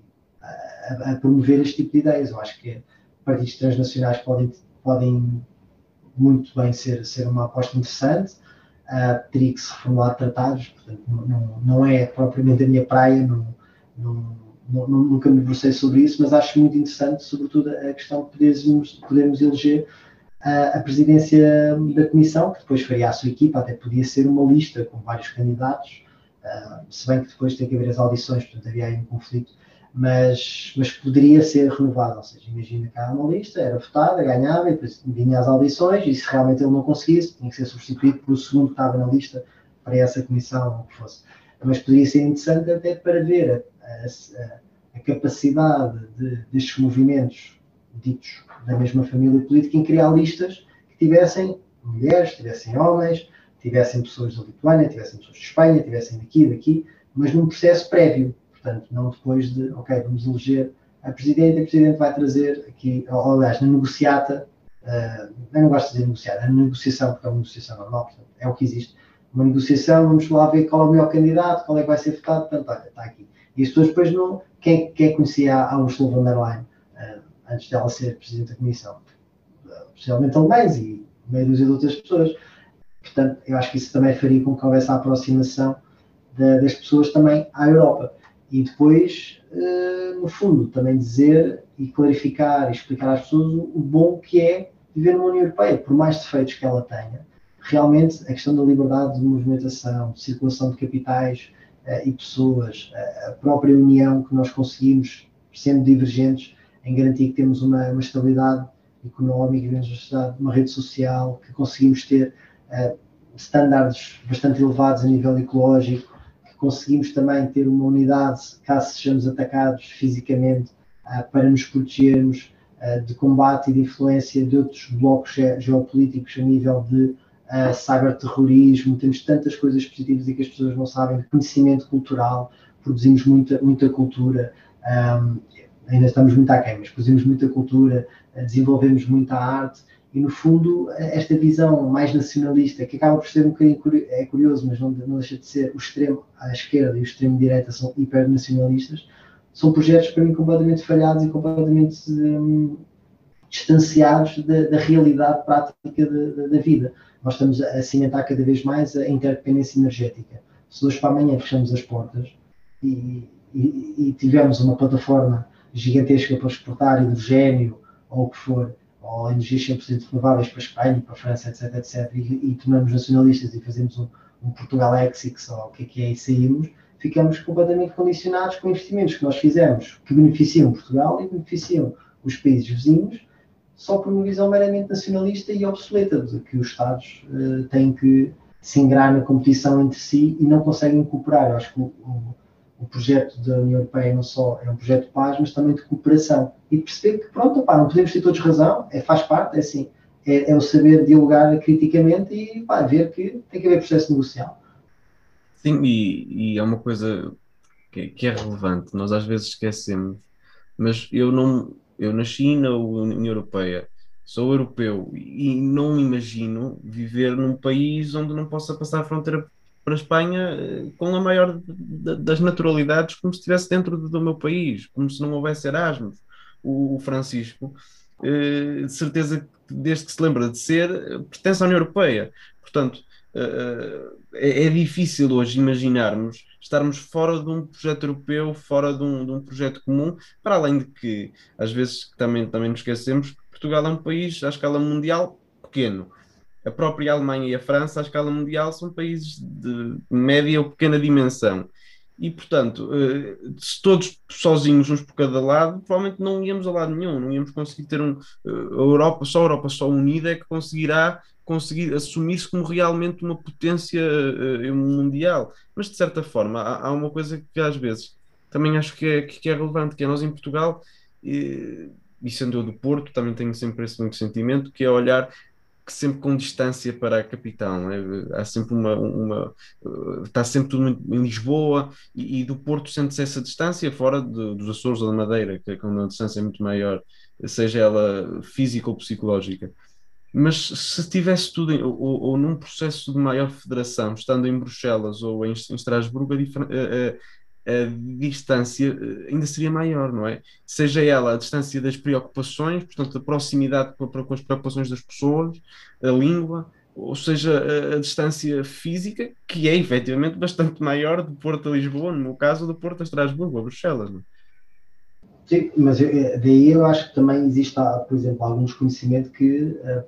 a, a promover este tipo de ideias. Eu acho que partidos transnacionais podem, podem muito bem ser, ser uma aposta interessante. Uh, teria que se reformular tratados, portanto, não, não é propriamente a minha praia, não, não, não, nunca me debrucei sobre isso, mas acho muito interessante, sobretudo, a questão de podermos, podermos eleger uh, a presidência da Comissão, que depois faria a sua equipa, até podia ser uma lista com vários candidatos, uh, se bem que depois tem que haver as audições, portanto havia aí um conflito, mas, mas poderia ser renovado, ou seja, imagina que há uma lista, era votada, ganhava, e depois vinha as audições, e se realmente ele não conseguisse, tinha que ser substituído por o segundo que estava na lista para essa comissão, ou o que fosse. Mas poderia ser interessante até para ver a, a, a capacidade de, destes movimentos ditos da mesma família política em criar listas que tivessem mulheres, tivessem homens, tivessem pessoas da Lituânia, tivessem pessoas de Espanha, tivessem daqui, daqui, mas num processo prévio. Portanto, não depois de, ok, vamos eleger a Presidente, e a Presidente vai trazer aqui, ou, aliás, na negociata, uh, eu não gosto de dizer negociata, na negociação, porque é uma negociação normal, portanto, é o que existe. Uma negociação, vamos lá ver qual é o melhor candidato, qual é que vai ser votado, portanto, olha, está aqui. E as pessoas depois não, quem, quem conhecia a Ursula von der Leyen, uh, antes dela ser Presidente da Comissão? Uh, especialmente alemães e meia dúzia de outras pessoas. Portanto, eu acho que isso também faria com que houvesse a aproximação de, das pessoas também à Europa. E depois, uh, no fundo, também dizer e clarificar e explicar às pessoas o, o bom que é viver numa União Europeia, por mais defeitos que ela tenha. Realmente, a questão da liberdade de movimentação, de circulação de capitais uh, e pessoas, uh, a própria união que nós conseguimos, sendo divergentes, em garantir que temos uma, uma estabilidade económica, uma, sociedade, uma rede social, que conseguimos ter uh, estándares bastante elevados a nível ecológico, conseguimos também ter uma unidade, caso sejamos atacados fisicamente, uh, para nos protegermos uh, de combate e de influência de outros blocos ge geopolíticos a nível de uh, cyberterrorismo. Temos tantas coisas positivas e que as pessoas não sabem, de conhecimento cultural, produzimos muita, muita cultura, um, ainda estamos muito aquém, mas produzimos muita cultura, uh, desenvolvemos muita arte. E, no fundo, esta visão mais nacionalista, que acaba por ser um bocadinho é curioso, mas não, não deixa de ser, o extremo à esquerda e o extremo direita são hipernacionalistas, são projetos para mim completamente falhados e completamente hum, distanciados da, da realidade prática da, da vida. Nós estamos a cimentar cada vez mais a interdependência energética. Se hoje para amanhã fechamos as portas e, e, e tivermos uma plataforma gigantesca para exportar hidrogênio ou o que for, ou energias cem por cento renováveis para a Espanha, para a França, etc, etcétera, e, e tornamos nacionalistas e fazemos um, um Portugal Exix, ou o que é que é, e saímos, ficamos completamente condicionados com investimentos que nós fizemos, que beneficiam Portugal e beneficiam os países vizinhos, só por uma visão meramente nacionalista e obsoleta, de que os Estados uh, têm que se ingrar na competição entre si e não conseguem cooperar. Eu acho que o, o, o projeto da União Europeia não só é um projeto de paz, mas também de cooperação. E perceber que, pronto, opá, não podemos ter todos razão, é, faz parte, é assim, é, é o saber dialogar criticamente e pá, ver que tem que haver processo negocial. Sim, e, e é uma coisa que, que é relevante, nós às vezes esquecemos, mas eu não, eu nasci na União Europeia, sou europeu e não imagino viver num país onde não possa passar a fronteira para a Espanha eh, com a maior da- das naturalidades, como se estivesse dentro do meu país, como se não houvesse Erasmus. O, o Francisco, eh, de certeza que desde que se lembra de ser, eh, pertence à União Europeia. Portanto, eh, é, é difícil hoje imaginarmos estarmos fora de um projeto europeu, fora de um, de um projeto comum, para além de que, às vezes, também, também nos esquecemos que Portugal é um país à escala mundial pequeno. A própria Alemanha e a França, à escala mundial, são países de média ou pequena dimensão. E, portanto, eh, se todos sozinhos, uns por cada lado, provavelmente não íamos a lado nenhum, não íamos conseguir ter um. eh, A Europa, só a Europa só unida é que conseguirá conseguir assumir-se como realmente uma potência eh, mundial. Mas, de certa forma, há, há uma coisa que às vezes também acho que é, que é relevante, que é nós em Portugal, eh, e sendo eu do Porto, também tenho sempre esse mesmo sentimento, que é olhar que sempre com distância para a capital, não é? Há sempre uma, uma uh, está sempre tudo muito em Lisboa e, e do Porto sente-se essa distância fora de- dos Açores ou da Madeira, que é quando a distância é muito maior, seja ela física ou psicológica. Mas se estivesse tudo em- ou, ou- ou num processo de maior federação, estando em Bruxelas ou em, em Estrasburgo, a, difer- a- a- a distância eh, ainda seria maior, não é? Seja ela a distância das preocupações, portanto, a proximidade com, com as preocupações das pessoas, a língua, ou seja, a, a distância física, que é efetivamente bastante maior de Porto a Lisboa, no meu caso, de Porto a Estrasburgo, a Bruxelas, não é? Sim, mas eu, eh, daí eu acho que também existe, ah, por exemplo, algum desconhecimento que uh,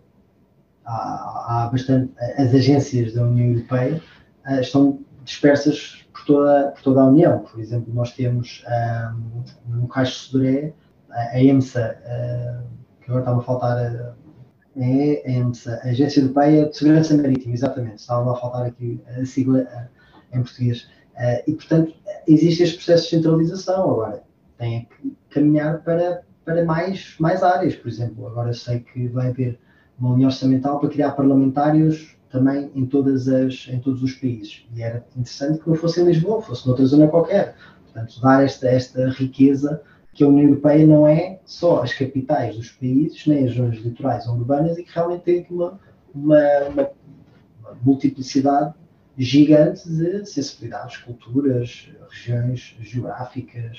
há, há bastante. As agências da União Europeia uh, estão dispersas por toda, por toda a União. Por exemplo, nós temos um, no Caixo de Sodré a EMSA, uh, que agora está-me a faltar. Uh, é a EMSA, a Agência Europeia de Segurança Marítima, exatamente, estava a faltar aqui a sigla uh, em português. Uh, e, portanto, existe este processo de centralização. Agora, tem que caminhar para, para mais, mais áreas, por exemplo. Agora sei que vai haver uma linha orçamental para criar parlamentários também em, todas as, em todos os países. E era interessante que não fosse em Lisboa, fosse noutra zona qualquer. Portanto, dar esta, esta riqueza que a União Europeia não é só as capitais dos países, nem as zonas litorais ou urbanas, e que realmente tem aqui uma, uma, uma, uma multiplicidade gigante de sensibilidades, culturas, regiões geográficas,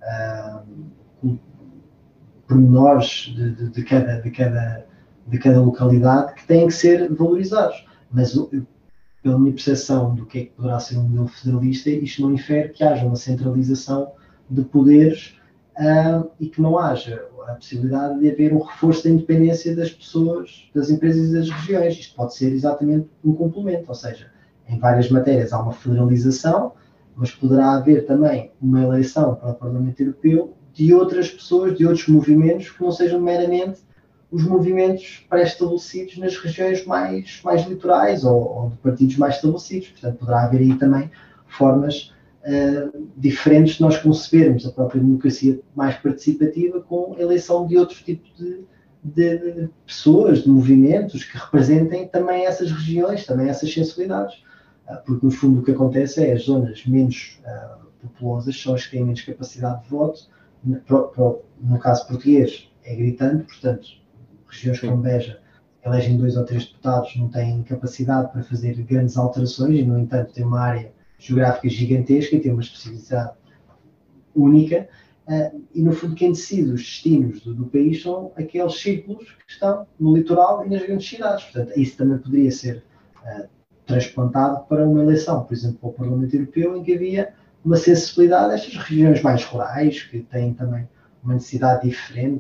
uh, pormenores de, de, de, cada, de, cada, de cada localidade que têm que ser valorizados. Mas, pela minha percepção do que é que poderá ser um modelo federalista, isto não infere que haja uma centralização de poderes uh, e que não haja a possibilidade de haver um reforço da independência das pessoas, das empresas e das regiões. Isto pode ser exatamente um complemento, ou seja, em várias matérias há uma federalização, mas poderá haver também uma eleição para o Parlamento Europeu de outras pessoas, de outros movimentos que não sejam meramente os movimentos pré-estabelecidos nas regiões mais, mais litorais ou, ou de partidos mais estabelecidos. Portanto, poderá haver aí também formas uh, diferentes de nós concebermos a própria democracia mais participativa com a eleição de outro tipo de, de, de pessoas, de movimentos que representem também essas regiões, também essas sensibilidades. Uh, porque, no fundo, o que acontece é as zonas menos uh, populosas são as que têm menos capacidade de voto. No, no, no caso português, é gritante, portanto, regiões como Beja elegem dois ou três deputados, não têm capacidade para fazer grandes alterações e, no entanto, têm uma área geográfica gigantesca e têm uma especificidade única. Uh, e, no fundo, quem decide os destinos do, do país são aqueles círculos que estão no litoral e nas grandes cidades. Portanto, isso também poderia ser uh, transplantado para uma eleição, por exemplo, para o Parlamento Europeu, em que havia uma sensibilidade destas regiões mais rurais, que têm também uma necessidade diferente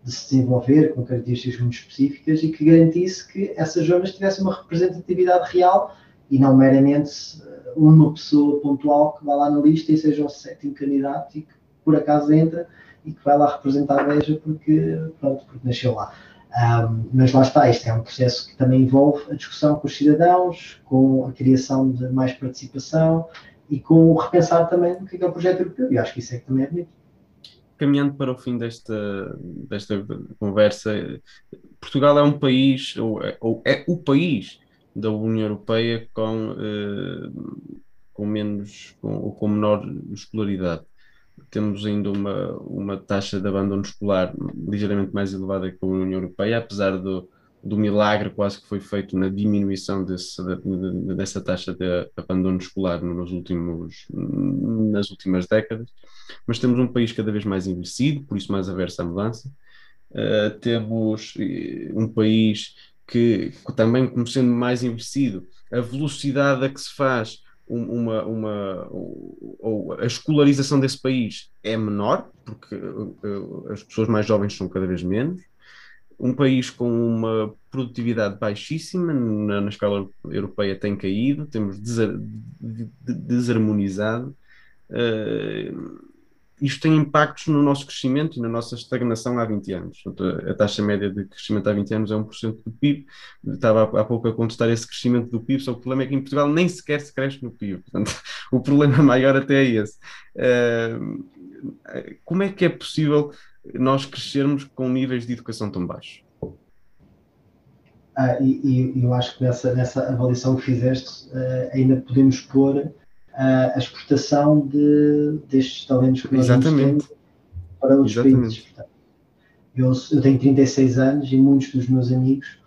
de se desenvolver com características muito específicas e que garantisse que essas zonas tivessem uma representatividade real e não meramente uma pessoa pontual que vai lá na lista e seja o sétimo candidato e que por acaso entra e que vai lá representar a Beja porque, pronto, porque nasceu lá. Um, mas lá está, isto é um processo que também envolve a discussão com os cidadãos, com a criação de mais participação e com o repensar também o que é, que é o projeto europeu, e acho que isso é que também é bonito. Caminhando para o fim desta, desta conversa, Portugal é um país, ou é, ou é o país da União Europeia com, eh, com menos, com, ou com menor escolaridade. Temos ainda uma, uma taxa de abandono escolar ligeiramente mais elevada que a União Europeia, apesar do, do milagre quase que foi feito na diminuição desse, dessa taxa de abandono escolar nos últimos, nas últimas décadas. Mas temos um país cada vez mais envelhecido, por isso mais averso à mudança. Uh, temos um país que, também como sendo mais envelhecido, a velocidade a que se faz uma, uma, ou a escolarização desse país é menor, porque uh, as pessoas mais jovens são cada vez menos. Um país com uma produtividade baixíssima na, na escala europeia tem caído, temos desar, desarmonizado. Uh, isto tem impactos no nosso crescimento e na nossa estagnação há vinte anos. A taxa média de crescimento há vinte anos é um por cento do P I B. Estava há pouco a contestar esse crescimento do P I B, só que o problema é que em Portugal nem sequer se cresce no P I B. Portanto, o problema maior até é esse. Como é que é possível nós crescermos com níveis de educação tão baixos? Ah, e, e eu acho que nessa, nessa avaliação que fizeste, uh, ainda podemos pôr a exportação de, destes talentos que nós temos para outros Exatamente. países. Portanto, eu, eu tenho trinta e seis anos e muitos dos meus amigos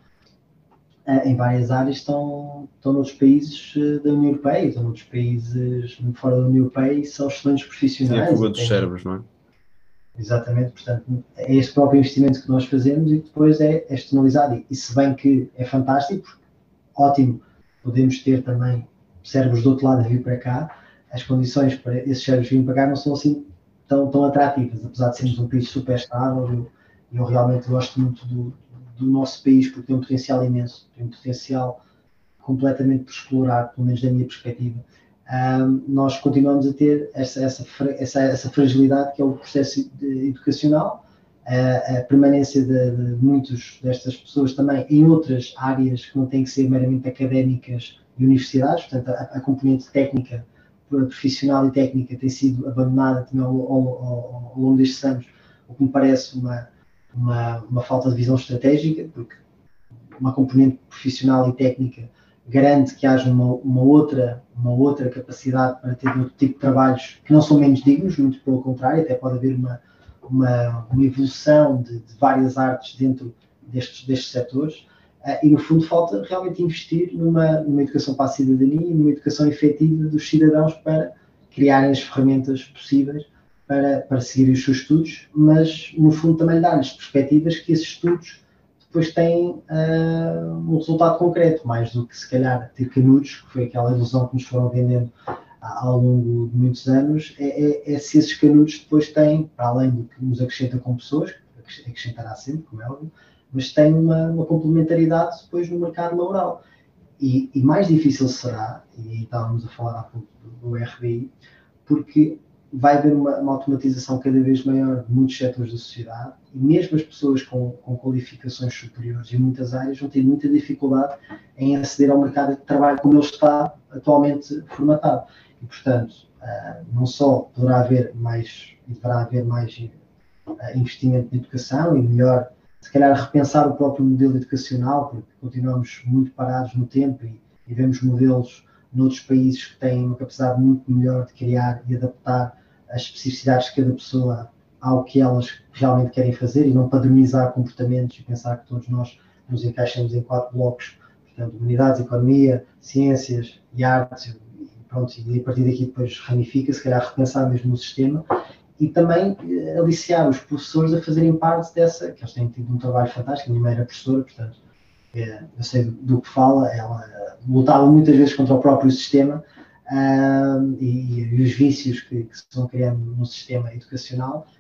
uh, em várias áreas estão, estão noutros países da União Europeia, estão noutros países fora da União Europeia e são excelentes profissionais. É a fuga dos cérebros, não é? Exatamente, portanto, é este próprio investimento que nós fazemos e que depois é, é externalizado. E se bem que é fantástico, porque, ótimo, podemos ter também cérebros do outro lado a vir para cá, as condições para esses cérebros virem para cá não são assim tão, tão atrativas, apesar de sermos um país super estável. Eu, eu realmente gosto muito do, do nosso país porque tem um potencial imenso, tem um potencial completamente por explorar, pelo menos da minha perspectiva. Um, nós continuamos a ter essa, essa, essa, essa fragilidade que é o processo de, educacional, a, a permanência de, de muitas destas pessoas também em outras áreas que não têm que ser meramente académicas e universidades, portanto a, a componente técnica, profissional e técnica tem sido abandonada também ao, ao, ao, ao longo destes anos, o que me parece uma, uma, uma falta de visão estratégica, porque uma componente profissional e técnica garante que haja uma, uma, outra, uma outra capacidade para ter outro tipo de trabalhos que não são menos dignos, muito pelo contrário, até pode haver uma, uma, uma evolução de, de várias artes dentro destes, destes setores, uh, e no fundo falta realmente investir numa, numa educação para a cidadania e numa educação efetiva dos cidadãos para criarem as ferramentas possíveis para, para seguir os seus estudos, mas no fundo também dar-lhes perspectivas que esses estudos depois têm uh, um resultado concreto, mais do que se calhar ter canudos, que foi aquela ilusão que nos foram vendendo ao longo de muitos anos, é, é, é se esses canudos depois têm, para além do que nos acrescenta como pessoas, que acrescentará sempre, como é óbvio, mas tem uma, uma complementaridade depois no mercado laboral. E, e mais difícil será, e estávamos a falar há pouco do, do R B I, porque vai haver uma, uma automatização cada vez maior de muitos setores da sociedade e mesmo as pessoas com, com qualificações superiores em muitas áreas vão ter muita dificuldade em aceder ao mercado de trabalho como ele está atualmente formatado. E, portanto, uh, não só poderá haver mais, e deverá haver mais uh, investimento na educação e melhor, se calhar, repensar o próprio modelo educacional, porque continuamos muito parados no tempo e, e vemos modelos noutros países que têm uma capacidade muito melhor de criar e adaptar as especificidades de cada pessoa ao que elas realmente querem fazer e não padronizar comportamentos e pensar que todos nós nos encaixamos em quatro blocos, portanto, humanidades, economia, ciências e artes, e, pronto, e a partir daqui depois ramifica, se calhar repensar mesmo o sistema e também eh, aliciar os professores a fazerem parte dessa, que eles têm tido um trabalho fantástico. A minha mãe era professora, portanto, é, eu sei do, do que fala, ela lutava muitas vezes contra o próprio sistema, Uh, e, e os vícios que, que se vão criando no sistema educacional,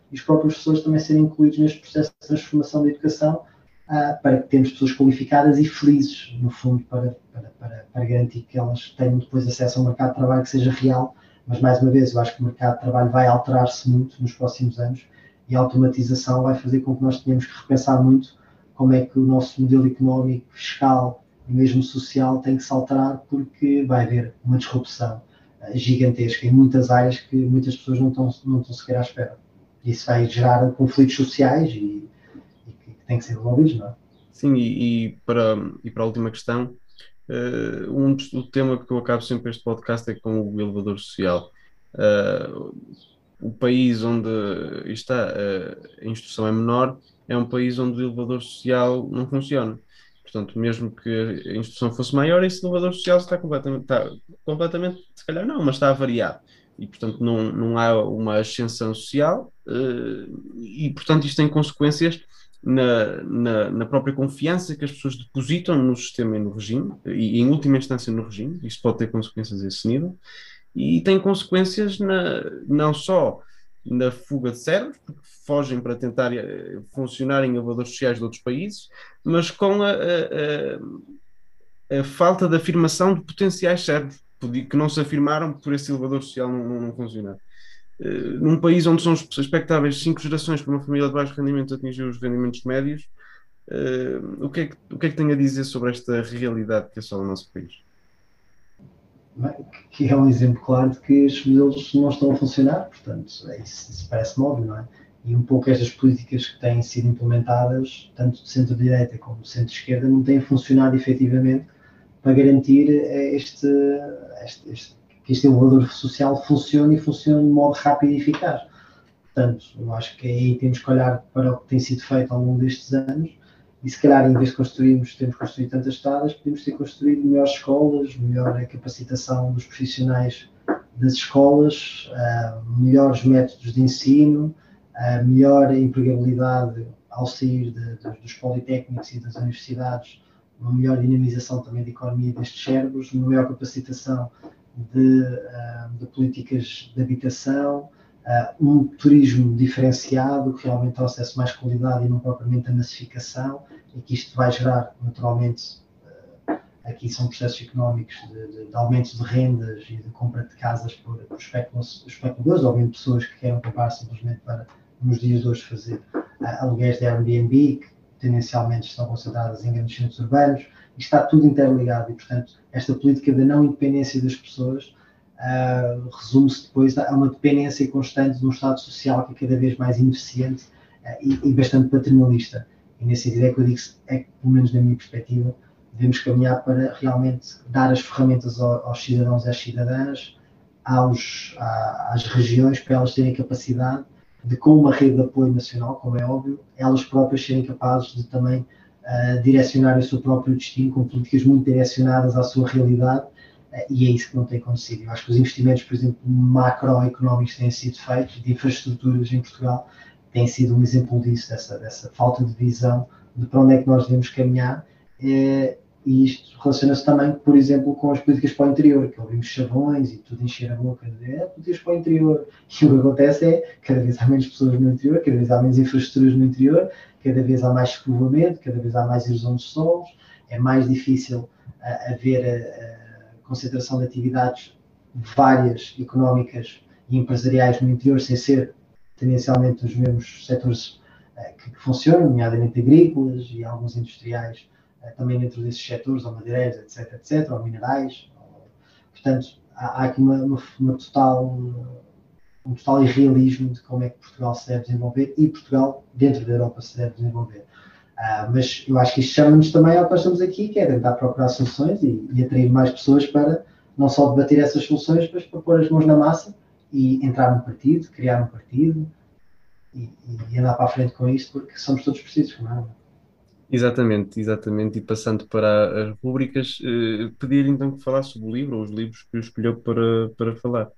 e os próprios professores também serem incluídos neste processo de transformação da educação, uh, para que tenhamos pessoas qualificadas e felizes, no fundo, para, para, para, para garantir que elas tenham depois acesso a um mercado de trabalho que seja real. Mas, mais uma vez, eu acho que o mercado de trabalho vai alterar-se muito nos próximos anos e a automatização vai fazer com que nós tenhamos que repensar muito como é que o nosso modelo económico, fiscal e mesmo social tem que se alterar, porque vai haver uma disrupção gigantesca em muitas áreas que muitas pessoas não estão, não estão sequer à espera. Isso vai gerar conflitos sociais e, e que têm que ser resolvidos, não é? Sim, e, e, para, e para a última questão, uh, um, o tema que eu acabo sempre este podcast é com o elevador social. Uh, o país onde está, uh, a instrução é menor, é um país onde o elevador social não funciona. Portanto, mesmo que a instrução fosse maior, esse elevador social está completamente, está completamente, se calhar não, mas está avariado. E, portanto, não, não há uma ascensão social, uh, e, portanto, isto tem consequências na, na, na própria confiança que as pessoas depositam no sistema e no regime, e, em última instância no regime. Isto pode ter consequências a esse nível, e tem consequências na, não só na fuga de cérebros, porque fogem para tentar uh, funcionar em elevadores sociais de outros países, mas com a, a, a, a falta de afirmação de potenciais cérebros que não se afirmaram por esse elevador social não, não, não funcionar. Uh, num país onde são expectáveis cinco gerações para uma família de baixo rendimento atingir os rendimentos médios, uh, o, que é que, o que é que tem a dizer sobre esta realidade que assola o nosso país? Que é um exemplo claro de que os modelos não estão a funcionar, portanto, isso, isso parece-me óbvio, não é? E um pouco estas políticas que têm sido implementadas, tanto de centro-direita como de centro-esquerda, não têm funcionado efetivamente para garantir este, este, este, que este elevador social funcione e funcione de modo rápido e eficaz. Portanto, eu acho que aí temos que olhar para o que tem sido feito ao longo destes anos e, se calhar, em vez de construirmos, temos construído tantas estradas, podemos ter construído melhores escolas, melhor capacitação dos profissionais das escolas, uh, melhores métodos de ensino, uh, melhor empregabilidade ao sair de, de, dos politécnicos e das universidades, uma melhor dinamização também da economia destes cérebros, uma maior capacitação de, uh, de políticas de habitação, uh, um turismo diferenciado que realmente trouxesse mais qualidade e não propriamente a massificação, e que isto vai gerar naturalmente, uh, aqui são processos económicos de, de, de aumento de rendas e de compra de casas por, por especuladores, ou mesmo pessoas que querem comprar simplesmente para nos dias de hoje fazer uh, aluguéis de Airbnb, que tendencialmente estão concentradas em grandes centros urbanos. Isto está tudo interligado e, portanto, esta política da não independência das pessoas uh, resume-se depois a uma dependência constante de um Estado social que é cada vez mais ineficiente uh, e, e bastante paternalista. E nesse sentido é que eu digo é que, pelo menos na minha perspectiva, devemos caminhar para realmente dar as ferramentas aos, aos cidadãos e às cidadãs, aos, à, às regiões, para elas terem capacidade de, com uma rede de apoio nacional, como é óbvio, elas próprias serem capazes de também uh, direcionar o seu próprio destino com políticas muito direcionadas à sua realidade, uh, e é isso que não tem acontecido. Eu acho que os investimentos, por exemplo, macroeconómicos que têm sido feitos, de infraestruturas em Portugal, têm sido um exemplo disso, dessa, dessa falta de visão de para onde é que nós devemos caminhar, uh, e isto relaciona-se também, por exemplo, com as políticas para o interior, que ouvimos chavões e tudo encher a boca de é, políticas para o interior. E o que acontece é, cada vez há menos pessoas no interior, cada vez há menos infraestruturas no interior, cada vez há mais escovamento, cada vez há mais erosão dos solos, é mais difícil uh, haver a, a concentração de atividades várias, económicas e empresariais no interior, sem ser tendencialmente os mesmos setores uh, que, que funcionam, nomeadamente agrícolas e alguns industriais, também dentro desses setores, ou madeireiros, etc, etc, ou minerais. Portanto, há, há aqui uma, uma, uma total, um total irrealismo de como é que Portugal se deve desenvolver e Portugal, dentro da Europa, se deve desenvolver. Uh, mas eu acho que isto chama-nos também ao que nós estamos aqui, que é tentar procurar soluções e, e atrair mais pessoas para não só debater essas soluções, mas para pôr as mãos na massa e entrar num partido, criar um partido e, e andar para a frente com isto, porque somos todos precisos, não é? Exatamente, exatamente. E passando para as rúbricas, eh, pedir então que falasse sobre o livro, ou os livros que escolheu para, para falar.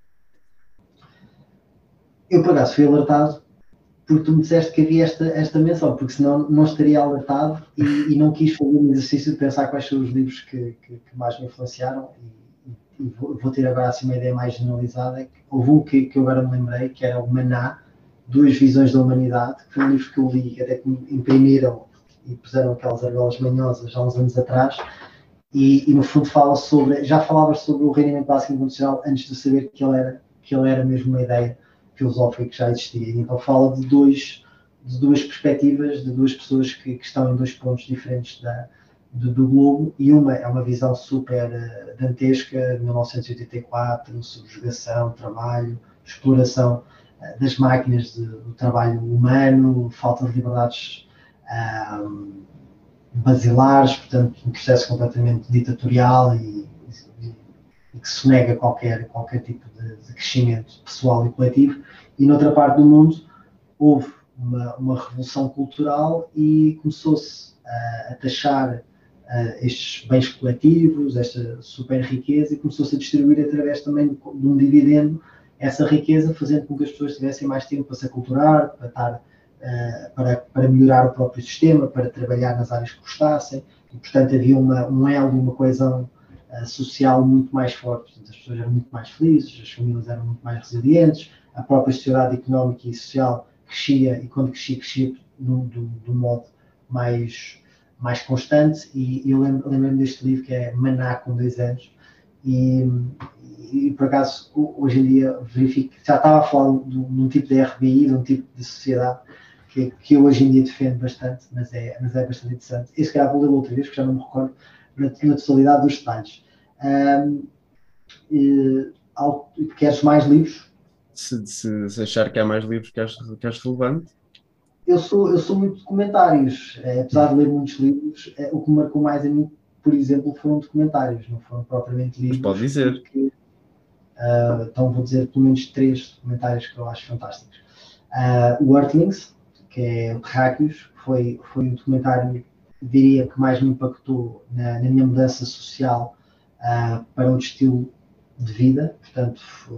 Eu, por acaso, fui alertado porque tu me disseste que havia esta, esta menção, porque senão não estaria alertado e, e não quis fazer um exercício de pensar quais são os livros que, que, que mais me influenciaram e, e vou, vou ter agora assim uma ideia mais generalizada. Houve um que, que eu agora me lembrei, que era o Maná, duas visões da humanidade, que foi um livro que eu li, que até que me imprimiram e puseram aquelas argolas manhosas há uns anos atrás, e, e no fundo fala sobre, já falava sobre o rendimento básico incondicional antes de saber que ele era, que ele era mesmo uma ideia filosófica que já existia. E então fala de, dois, de duas perspectivas, de duas pessoas que, que estão em dois pontos diferentes da, do, do globo, e uma é uma visão super uh, dantesca, de mil novecentos e oitenta e quatro, subjugação, trabalho, exploração uh, das máquinas, de, do trabalho humano, falta de liberdades um, basilares, portanto um processo completamente ditatorial e, e, e que se nega qualquer, qualquer tipo de, de crescimento pessoal e coletivo. E noutra parte do mundo houve uma, uma revolução cultural e começou-se uh, a taxar uh, estes bens coletivos, esta super riqueza, e começou-se a distribuir através também de, de um dividendo essa riqueza, fazendo com que as pessoas tivessem mais tempo para se aculturar, para estar Uh, para, para melhorar o próprio sistema, para trabalhar nas áreas que gostassem, e portanto havia uma, um elo e uma coesão uh, social muito mais forte. Portanto, as pessoas eram muito mais felizes, as famílias eram muito mais resilientes, a própria sociedade económica e social crescia, e quando crescia, crescia de um modo mais, mais constante. E eu lembro, lembro-me deste livro, que é Maná com dois anos, e, e, e por acaso hoje em dia verifico que já estava a falar de, de um tipo de R B I, de um tipo de sociedade Que, que eu hoje em dia defendo bastante, mas é, mas é bastante interessante. E se calhar vou ler outra vez, porque já não me recordo na, na totalidade dos detalhes. Um, e, ao, queres mais livros? Se, se, se achar que há mais livros que acho, que acho relevante. Eu sou, eu sou muito de documentários. É, apesar de ler muitos livros, é, o que me marcou mais a mim, por exemplo, foram documentários, não foram propriamente livros. Mas pode dizer. Porque, uh, então vou dizer pelo menos três documentários que eu acho fantásticos. Uh, o Earthlings, que é o Terráqueos, foi, foi o documentário, diria, que mais me impactou na, na minha mudança social uh, para um estilo de vida. Portanto,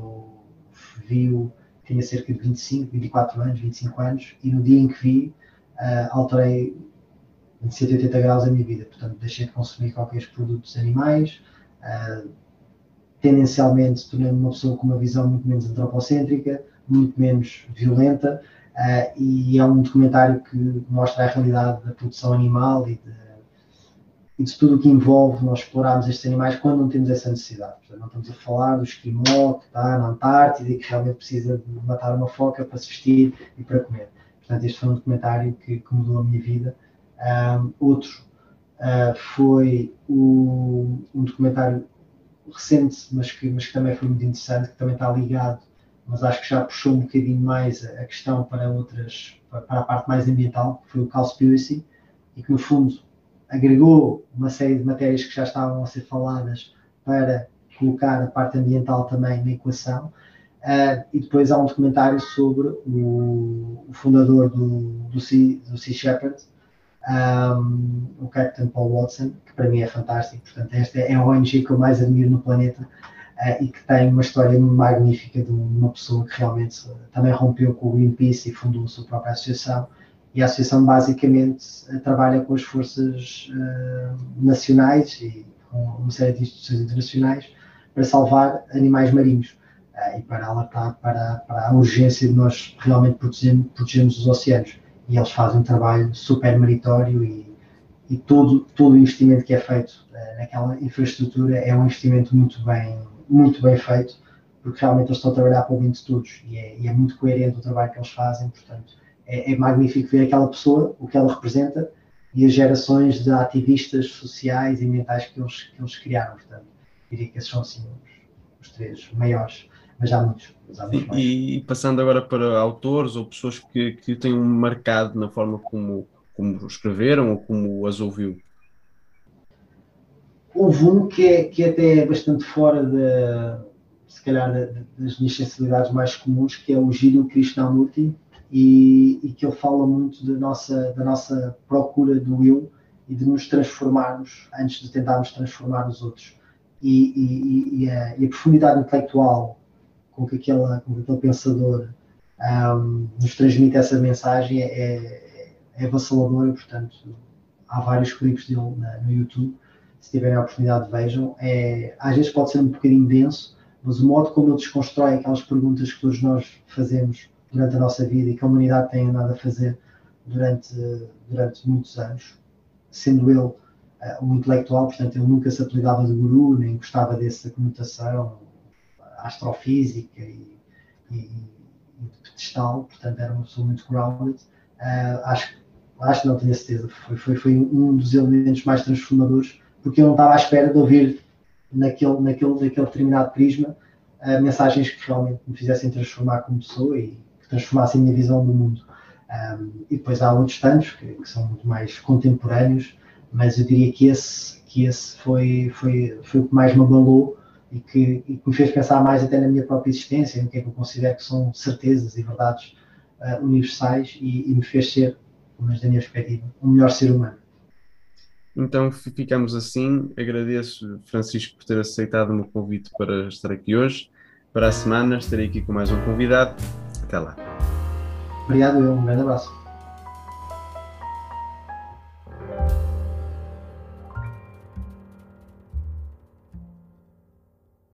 vi-o, tinha cerca de vinte e cinco, vinte e quatro anos, vinte e cinco anos, e no dia em que vi, uh, alterei em cento e oitenta graus a minha vida. Portanto, deixei de consumir qualquer produtos animais, uh, tendencialmente tornei-me uma pessoa com uma visão muito menos antropocêntrica, muito menos violenta. Uh, e é um documentário que mostra a realidade da produção animal e de, e de tudo o que envolve nós explorarmos estes animais quando não temos essa necessidade. Portanto, não estamos a falar do esquimó que está na Antártida e que realmente precisa de matar uma foca para se vestir e para comer. Portanto, este foi um documentário que, que mudou a minha vida. Um, outro uh, foi o, um documentário recente, mas que, mas que também foi muito interessante, que também está ligado, mas acho que já puxou um bocadinho mais a questão para outras, para a parte mais ambiental, que foi o Cowspiracy, e que no fundo agregou uma série de matérias que já estavam a ser faladas para colocar a parte ambiental também na equação. Uh, e depois há um documentário sobre o, o fundador do, do, sea, do Sea Shepherd, um, o Captain Paul Watson, que para mim é fantástico. Portanto, esta é a O N G que eu mais admiro no planeta. Uh, e que tem uma história magnífica de uma pessoa que realmente uh, também rompeu com o Greenpeace e fundou a sua própria associação. E a associação basicamente uh, trabalha com as forças uh, nacionais e com uma série de instituições internacionais para salvar animais marinhos uh, e para alertar para, para a urgência de nós realmente protegermos, protegermos os oceanos. E eles fazem um trabalho super meritório e, e todo, todo o investimento que é feito uh, naquela infraestrutura é um investimento muito bem muito bem feito, porque realmente eles estão a trabalhar para o bem de todos e é, e é muito coerente o trabalho que eles fazem. Portanto, é, é magnífico ver aquela pessoa, o que ela representa e as gerações de ativistas sociais e ambientais que eles, que eles criaram. Portanto, diria que esses são assim os, os três maiores, mas há muitos. Mas há muitos mais. E, e passando agora para autores ou pessoas que, que têm um marcado na forma como, como escreveram ou como as ouviu. Houve um que, é, que até é bastante fora de, se calhar, de, das minhas sensibilidades mais comuns, que é o Jiddu Krishnamurti, e, e que ele fala muito da nossa, da nossa procura do eu e de nos transformarmos antes de tentarmos transformar os outros. E, e, e, a, e a profundidade intelectual com que, aquela, com que aquele pensador um, nos transmite essa mensagem é, é, é avassaladora. Portanto, há vários clipes dele na, no YouTube. Se tiverem a oportunidade, vejam. É, às vezes pode ser um bocadinho denso, mas o modo como ele desconstrói aquelas perguntas que todos nós fazemos durante a nossa vida e que a humanidade tem andado a fazer durante, durante muitos anos, sendo ele uh, um intelectual, portanto ele nunca se apelidava de guru, nem gostava dessa conotação astrofísica e, e, e de pedestal, portanto era uma pessoa muito grounded. Uh, acho, acho que não tenho certeza, foi, foi, foi um dos elementos mais transformadores, porque eu não estava à espera de ouvir naquele, naquele, naquele determinado prisma uh, mensagens que realmente me fizessem transformar como pessoa e que transformassem a minha visão do mundo. Um, e depois há outros tantos que, que são muito mais contemporâneos, mas eu diria que esse, que esse foi, foi, foi o que mais me abalou e que, e que me fez pensar mais até na minha própria existência, no que é que eu considero que são certezas e verdades uh, universais e, e me fez ser, pelo menos da minha perspectiva, um melhor ser humano. Então ficamos assim. Agradeço, Francisco, por ter aceitado o meu convite para estar aqui hoje. Para a semana estarei aqui com mais um convidado. Até lá. Obrigado, eu. Um grande abraço.